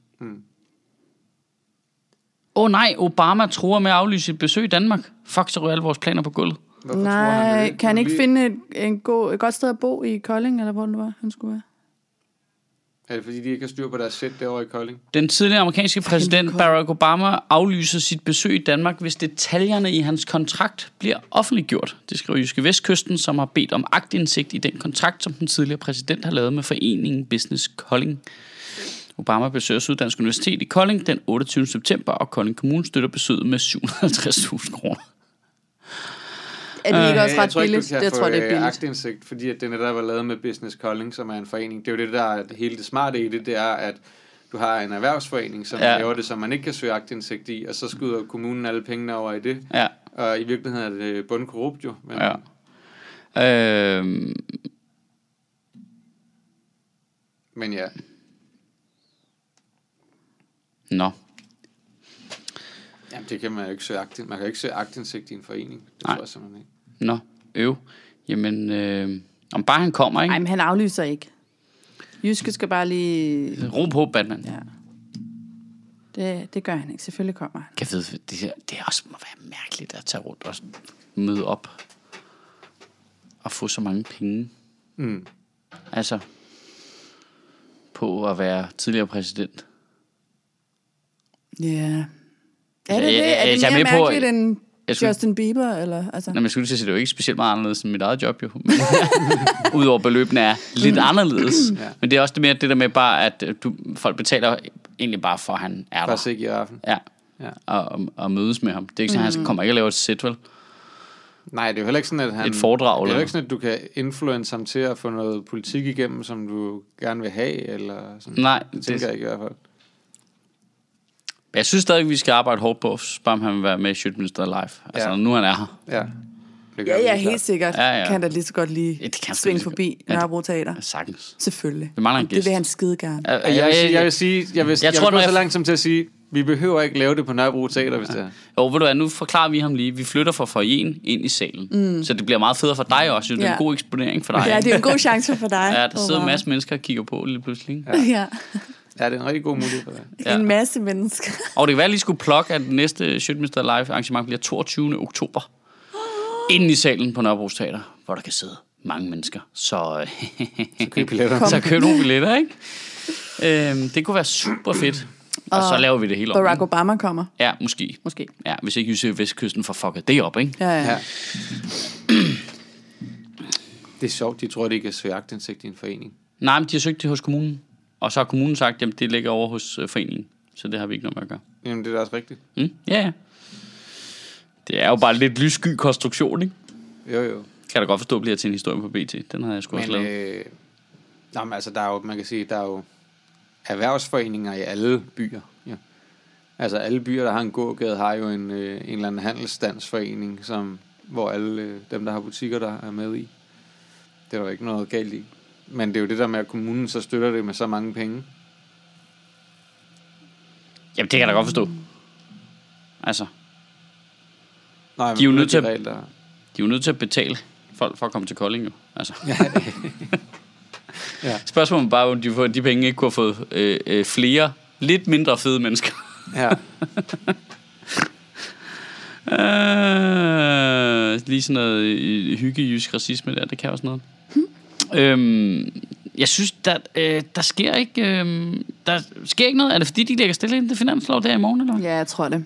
Nej, Obama truer med at aflyse sit besøg i Danmark. Fuck, så ryger alle vores planer på gulvet. Hvorfor Nej, kan han ikke finde et godt sted at bo i Kolding, eller hvor det var, han skulle være? Er det fordi, de ikke har styr på deres sæt derovre i Kolding? Den tidligere amerikanske præsident Barack Obama aflyser sit besøg i Danmark, hvis detaljerne i hans kontrakt bliver offentliggjort. Det skriver Jyske Vestkysten, som har bedt om aktindsigt i den kontrakt, som den tidligere præsident har lavet med foreningen Business Kolding. Obama besøger Syddansk Universitet i Kolding den 28. september, og Kolding Kommune støtter besøget med 750.000 kroner. Er det ikke også ret billigt? Jeg tror, det er billigt. Aktindsigt, fordi at det netop var lavet med Business Kolding, som er en forening. Det er jo det, der er hele det smarte i det, det er, at du har en erhvervsforening, som laver det, som man ikke kan søge aktindsigt i, og så skyder kommunen alle pengene over i det. Ja. Og i virkeligheden er det bundkorrupt jo. Men Men ja. Nå. Jamen, det kan man jo ikke søge aktindsigt. Man kan ikke søge aktindsigt i en forening. Det tror jeg simpelthen ikke. Nå, Jamen, om bare han kommer, ikke? Nej, men han aflyser ikke. Jyske skal bare lige... Ro på, Batman. Ja. Det gør han ikke. Selvfølgelig kommer han. Jeg ved, det også må være mærkeligt at tage rundt og møde op og få så mange penge. Altså, på at være tidligere præsident. Ja. Er det mere mærkeligt end Justin Bieber? Eller, altså? Nej, men jeg skulle sige, det er jo ikke specielt meget anderledes end mit eget job, jo. Udover beløbene er lidt anderledes. Men det er også det mere det der med bare, at folk betaler egentlig bare for, at han er der. Bare se i aften. Ja. Og mødes med ham. Det er ikke sådan, han kommer ikke at lave et sæt, vel? Nej, det er jo heller ikke sådan, at han... Et foredrag, det er jo ikke sådan, at du kan influence ham til at få noget politik igennem, som du gerne vil have, eller sådan. Nej. Det tænker jeg ikke i hvert fald. Jeg synes stadig, vi skal arbejde hårdt på, bare om han vil være med i Sjøtministeriet Live. Altså, nu han er her. Ja, helt sikkert. Kan da lige så godt lige svinge forbi Nørrebro Teater. Sagtens. Selvfølgelig. Det mangler en gæst. Det vil han skide gerne. Jeg vil sige, jeg vil gå så langt som til at sige, vi behøver ikke lave det på Nørrebro Teater, hvis det er. Jo, ved du hvad, nu forklarer vi ham lige. Vi flytter fra foyeren ind i salen. Så det bliver meget federe for dig også. Det er en god eksponering for dig. Ja, det er en god chance for dig. Ja, der sidder en masse mennesker og kigger på lige pludselig. Ja, det er en rigtig god mulighed for det. En masse mennesker. Og det kan være, at lige skulle plukke, at næste Sjøtministeriet Live arrangement bliver 22. oktober. Inde i salen på Nørrebro Teater, hvor der kan sidde mange mennesker. Så køb billetter. Så køb nogle billetter, ikke? Det kunne være super fedt. Og så laver vi det hele om. Barack Obama kommer. Ja, måske. Ja, hvis ikke Jyske Vestkysten får fucket det op, ikke? Ja. Det er sjovt, de tror, de ikke kan søge aktindsigt i en forening. Nej, men de har søgt det hos kommunen. Og så har kommunen sagt, at det ligger over hos foreningen. Så det har vi ikke noget med at gøre. Jamen, det er da også rigtigt. Ja. Det er jo bare lidt lyssky konstruktion, ikke? Jo. Kan da godt forstå, at bliver til en historie på BT. Den har jeg sgu også lavet. Men altså, der er jo, man kan sige, der er jo erhvervsforeninger i alle byer. Ja. Altså, alle byer, der har en gågade, har jo en eller anden handelsstandsforening, hvor alle dem, der har butikker, der er med i. Det er der jo ikke noget galt i. Men det er jo det der med, at kommunen så støtter det med så mange penge. Jamen, det kan jeg da godt forstå. Altså. Nej, de er jo nødt til at betale folk for at komme til Kolding, jo. Altså. Ja. Spørgsmålet er bare, om de penge ikke kunne have fået flere, lidt mindre fede mennesker. Ja. Lige sådan noget hyggejysk racisme der, det kan også noget. Jeg synes, der sker ikke noget. Er det fordi, de lægger stille ind til finanslov der i morgen, eller? Ja, jeg tror det.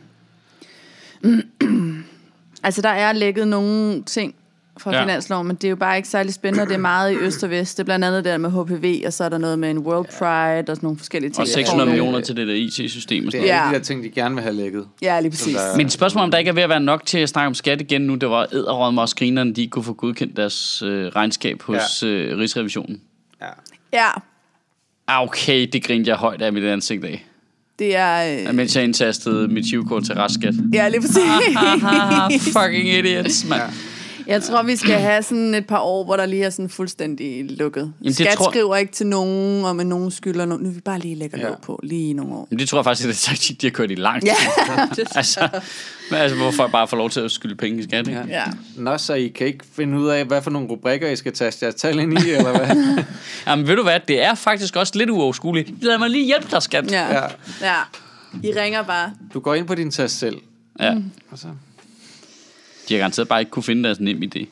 Altså, der er lækket nogle ting fra finansloven, men det er jo bare ikke særlig spændende. Det er meget i øst og vest. Det er blandt andet der med HPV, og så er der noget med en World Pride og sådan nogle forskellige ting. Og 600 millioner til det der IT-system. Det er de der ting, de gerne vil have lækket. Ja, lige præcis. Men spørgsmålet om der ikke er ved at være nok til at snakke om skat igen nu, det var edderrødme og skrinerne, de ikke kunne få godkendt deres regnskab hos Rigsrevisionen. Ja. Okay, det grinte jeg højt af mit ansigt af. Det er... Mens jeg indtastede mit chivkort til restskat. Ja, lige præcis. Fucking idiots, mand. Jeg tror, vi skal have sådan et par år, hvor der lige er sådan fuldstændig lukket. Skat skriver ikke til nogen, og med nogen skylder nogen. Nu vil vi bare lige lægge låg på, lige i nogle år. Men det tror jeg faktisk, det er taktik, de har kørt i lang tid. altså, hvor folk bare får lov til at skylde penge i skat, ikke? Ja. Nå, så I kan ikke finde ud af, hvad for nogle rubrikker, I skal taste jeres tal ind i, eller hvad? Jamen, ved du hvad, det er faktisk også lidt uoverskueligt. Lad mig lige hjælpe dig, skat. Ja. I ringer bare. Du går ind på din tast selv. Ja. Og så... De har garanteret bare ikke kunne finde deres nem idé.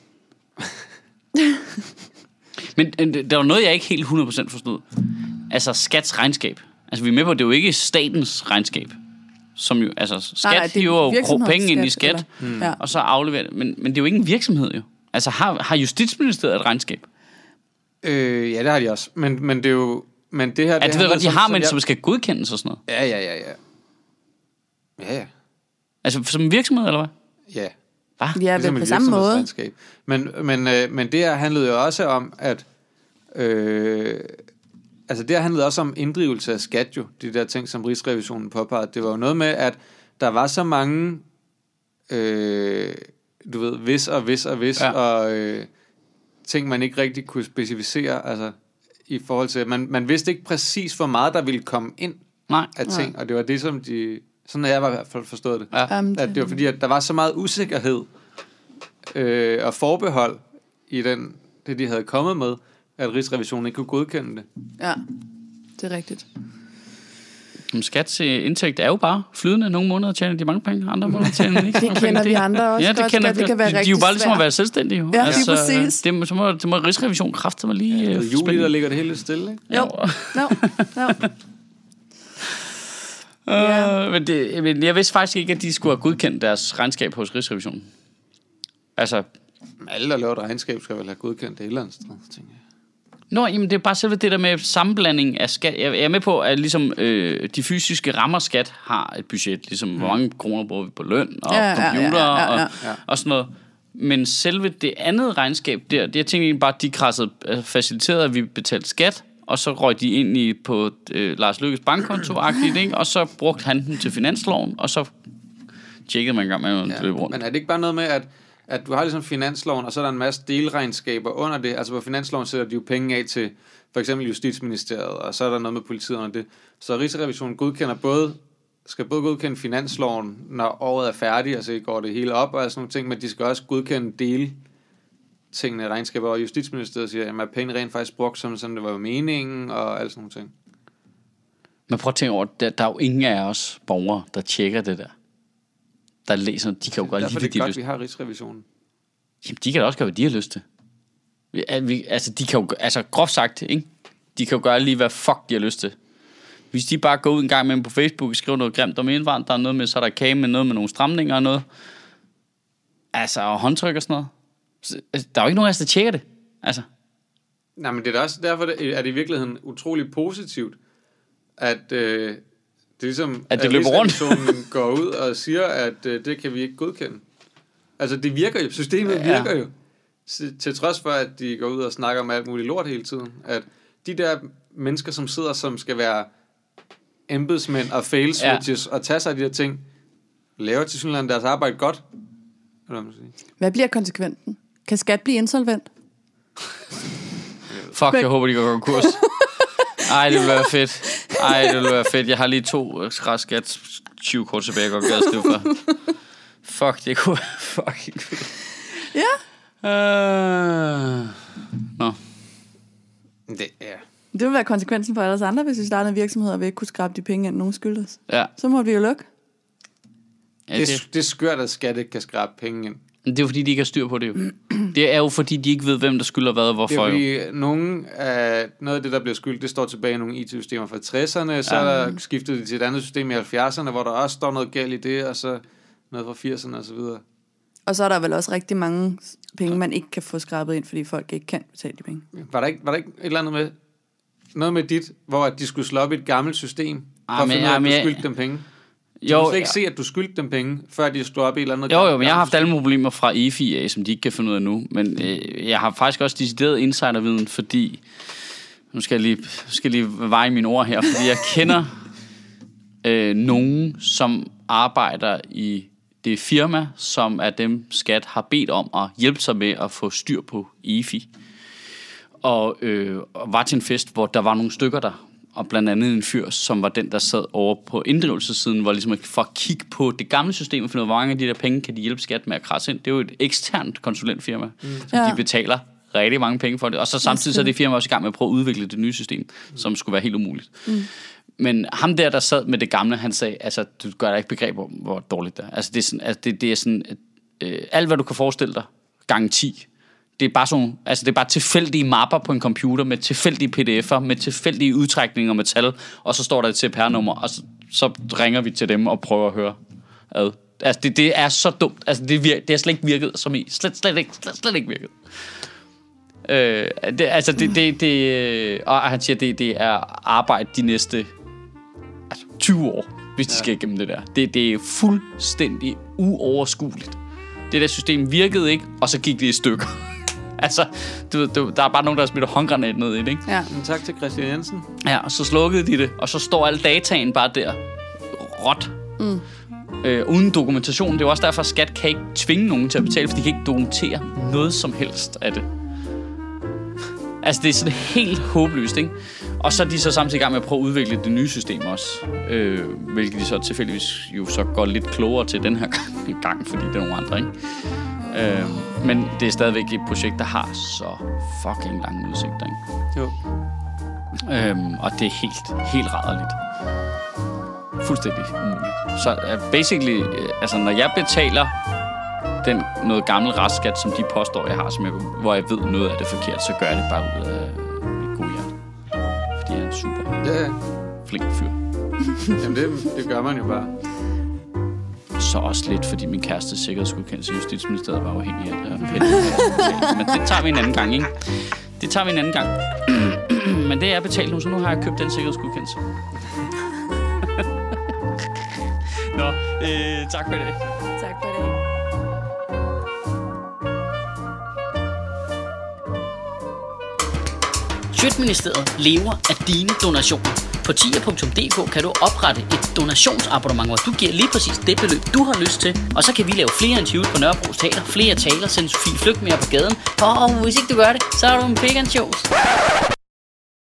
Men der var noget, jeg ikke helt 100% forstod. Altså skats regnskab. Altså vi er med på, at det er jo ikke statens regnskab. Som jo, altså skat hiver jo penge ind i skat, og så afleverer det. Men det er jo ikke en virksomhed jo. Altså har Justitsministeriet et regnskab? Ja, det har de også. Men det er jo... Men det her... Det ved godt, de har, men som skal godkendes og sådan noget. Ja. Altså som en virksomhed, eller hvad? Ja. Ja, vel på samme måde. Men det her handlede jo også om, at... altså det her handlede også om inddrivelse af skat jo. De der ting, som Rigsrevisionen påpegede. Det var jo noget med, at der var så mange... du ved, hvis og ting, man ikke rigtig kunne specificere. Altså i forhold til... Man vidste ikke præcis, hvor meget der ville komme ind af ting. Og det var det, som de... Sådan har jeg i hvert fald forstået det. Ja. At det var fordi, at der var så meget usikkerhed og forbehold i det, de havde kommet med, at Rigsrevisionen ikke kunne godkende det. Ja, det er rigtigt. Skats indtægt er jo bare flydende. Nogle måneder tjener de mange penge, andre måneder tjener de ikke. Det kender vi andre også. Ja, det kender vi. Det kan være de er jo bare ligesom at være selvstændige. Jo. Ja, altså, præcis. Det må Rigsrevisionen kræfte lige... Ja, juli, der ligger det hele stille, ikke? Jo. Men jeg vidste faktisk ikke, at de skulle have godkendt deres regnskab hos Rigsrevisionen. Altså... Alle, der laver et regnskab, skal vel have godkendt det et eller andet sted, tænker jeg. Nå, jamen det er bare selve det der med sammenblanding af skat. Jeg er med på, at ligesom de fysiske rammer skat har et budget. Ligesom hvor mange kroner bruger vi på løn og computer og sådan noget. Men selve det andet regnskab der, det jeg tænker egentlig bare, de faciliterede, at vi betalte skat, og så røg de ind på Lars Løkkes bankkonto-agtigt, ikke? Og så brugte han den til finansloven, og så tjekkede man en gang med at løbe rundt. Men er det ikke bare noget med, at du har ligesom finansloven, og så er der en masse delregnskaber under det? Altså på finansloven sætter de jo penge af til for eksempel Justitsministeriet, og så er der noget med politiet under det. Så Rigsrevisionen skal både godkende finansloven, når året er færdigt, altså går det hele op og sådan nogle ting, men de skal også godkende tingene i regnskaber, og Justitsministeriet siger, at penge rent faktisk brugt som sådan, det var jo meningen, og alt sådan nogle ting. Men prøv at tænke over, der er jo ingen af os borgere, der tjekker det der læser, de kan jo gøre lige, hvad de har lyst til. Vi har Rigsrevisionen. Jamen, de kan da også gøre, hvad de har lyst til. Altså, de kan jo, altså groft sagt, ikke? De kan jo gøre lige, hvad fuck de har lyst til. Hvis de bare går ud en gang med dem på Facebook og skriver noget grimt om indvandrere, noget med, så er der kage med noget med nogle stramninger og noget. Altså, og håndtryk og sådan noget. Der er jo ikke nogen af os, der tjekker det. Altså. Nej, men det er da også derfor, er det i virkeligheden utrolig positivt, at det er ligesom, at det løber rundt. går ud og siger, at det kan vi ikke godkende. Altså, det virker jo. Systemet virker jo. Til trods for, at de går ud og snakker om alt muligt lort hele tiden. At de der mennesker, som sidder, som skal være embedsmænd og fail switches og tage sig af de der ting, laver til synligheden deres arbejde godt. Hvad bliver konsekvensen? Kan skat blive insolvent? Fuck, jeg håber, de går konkurs. Ej, det vil være fedt. Jeg har lige 2 skat 20 kort tilbage, jeg godt gad skrive for. Fuck, det kunne være fucking fedt. Ja. Nå. Det vil være konsekvensen for alle os andre, hvis vi starter en virksomhed, og vi ikke kunne skrabe de penge ind, nogen skyldes. Ja. Så må vi jo lukke. Ja, det er skørt, at skat ikke kan skrabe penge ind. Det er jo fordi, de ikke har styr på det jo. Det er jo fordi, de ikke ved, hvem der skylder hvad og hvorfor. Det er fordi, noget af det, der bliver skyldt, det står tilbage i nogle IT-systemer fra 60'erne, så er der skiftet det til et andet system i 70'erne, hvor der også står noget galt i det, og så noget fra 80'erne og så videre. Og så er der vel også rigtig mange penge, man ikke kan få skrabet ind, fordi folk ikke kan betale de penge. Var der ikke et eller andet med noget med dit, hvor de skulle slå op i et gammelt system, for at finde ud af, at du skyldte dem penge? Du kan ikke se, at du skyldte dem penge, før de stod op i et eller andet. Jo, men jeg har haft alle problemer fra EFI, som de ikke kan finde ud af nu. Men jeg har faktisk også decideret insiderviden, fordi... Nu skal jeg lige veje mine ord her, fordi jeg kender nogen, som arbejder i det firma, som er dem, skat har bedt om at hjælpe sig med at få styr på EFI. Og var til en fest, hvor der var nogle stykker der, og blandt andet en fyr, som var den, der sad over på inddrivelsessiden, hvor ligesom for at kigge på det gamle system, og finde ud af, hvor mange af de der penge kan de hjælpe skat med at krasse ind. Det er jo et eksternt konsulentfirma, så de betaler rigtig mange penge for det. Og så samtidig så er det firma også i gang med at prøve at udvikle det nye system, som skulle være helt umuligt. Men ham der sad med det gamle, han sagde, altså, du gør dig ikke begreb om, hvor dårligt det er. Altså, det er sådan, det er sådan alt, hvad du kan forestille dig, gange 10. Det er bare sådan, altså det er bare tilfældige mapper på en computer med tilfældige pdf'er, med tilfældige udtrækninger med tal, og så står der et CPR-nummer, og så ringer vi til dem og prøver at høre ad. Altså det er så dumt. Altså det har slet ikke virket som i. Slet ikke virket. Og han siger, det er arbejde de næste 20 år, hvis de skal igennem det der. Det er fuldstændig uoverskueligt. Det der system virkede ikke, og så gik det i stykker. Altså, der er bare nogen, der har smidt håndgranater ned i det, ikke? Ja. Men tak til Christian Jensen. Ja, og så slukkede de det, og så står alle dataen bare der råt. Uden dokumentation. Det er også derfor, at skat kan ikke tvinge nogen til at betale, for de kan ikke dokumentere noget som helst af det. Altså, det er sådan helt håbløst, ikke? Og så er de så samtidig i gang med at prøve at udvikle det nye system også. Hvilket de så tilfældigvis jo så går lidt klogere til den her gang, fordi det er nogle andre, ikke? Men det er stadigvæk et projekt, der har så fucking lange udsigter, ikke? Jo. Og det er helt rædderligt. Fuldstændig umuligt. Så basically, altså når jeg betaler noget gammel restskat, som de påstår, jeg har, hvor jeg ved noget af det forkert, så gør jeg det bare ud af et god hjerte. Fordi jeg er en super flink fyr. Jamen det gør man jo bare. Så også lidt, fordi min kæreste sikkerhedsgodkendelse i Justitsministeriet var afhængig af det. Men det tager vi en anden gang, ikke? Det tager vi en anden gang. Men det er betalt nu, så nu har jeg købt den sikkerhedsgodkendelse. Nå, tak for i dag. Tak for i dag. Sjøtministeriet lever af dine donationer. På tier.dk kan du oprette et donationsabonnement, hvor du giver lige præcis det beløb, du har lyst til. Og så kan vi lave flere interviews på Nørrebros Teater, flere taler, sende Sofie Flygt mere på gaden. Og hvis ikke du gør det, så er du en pig and shows.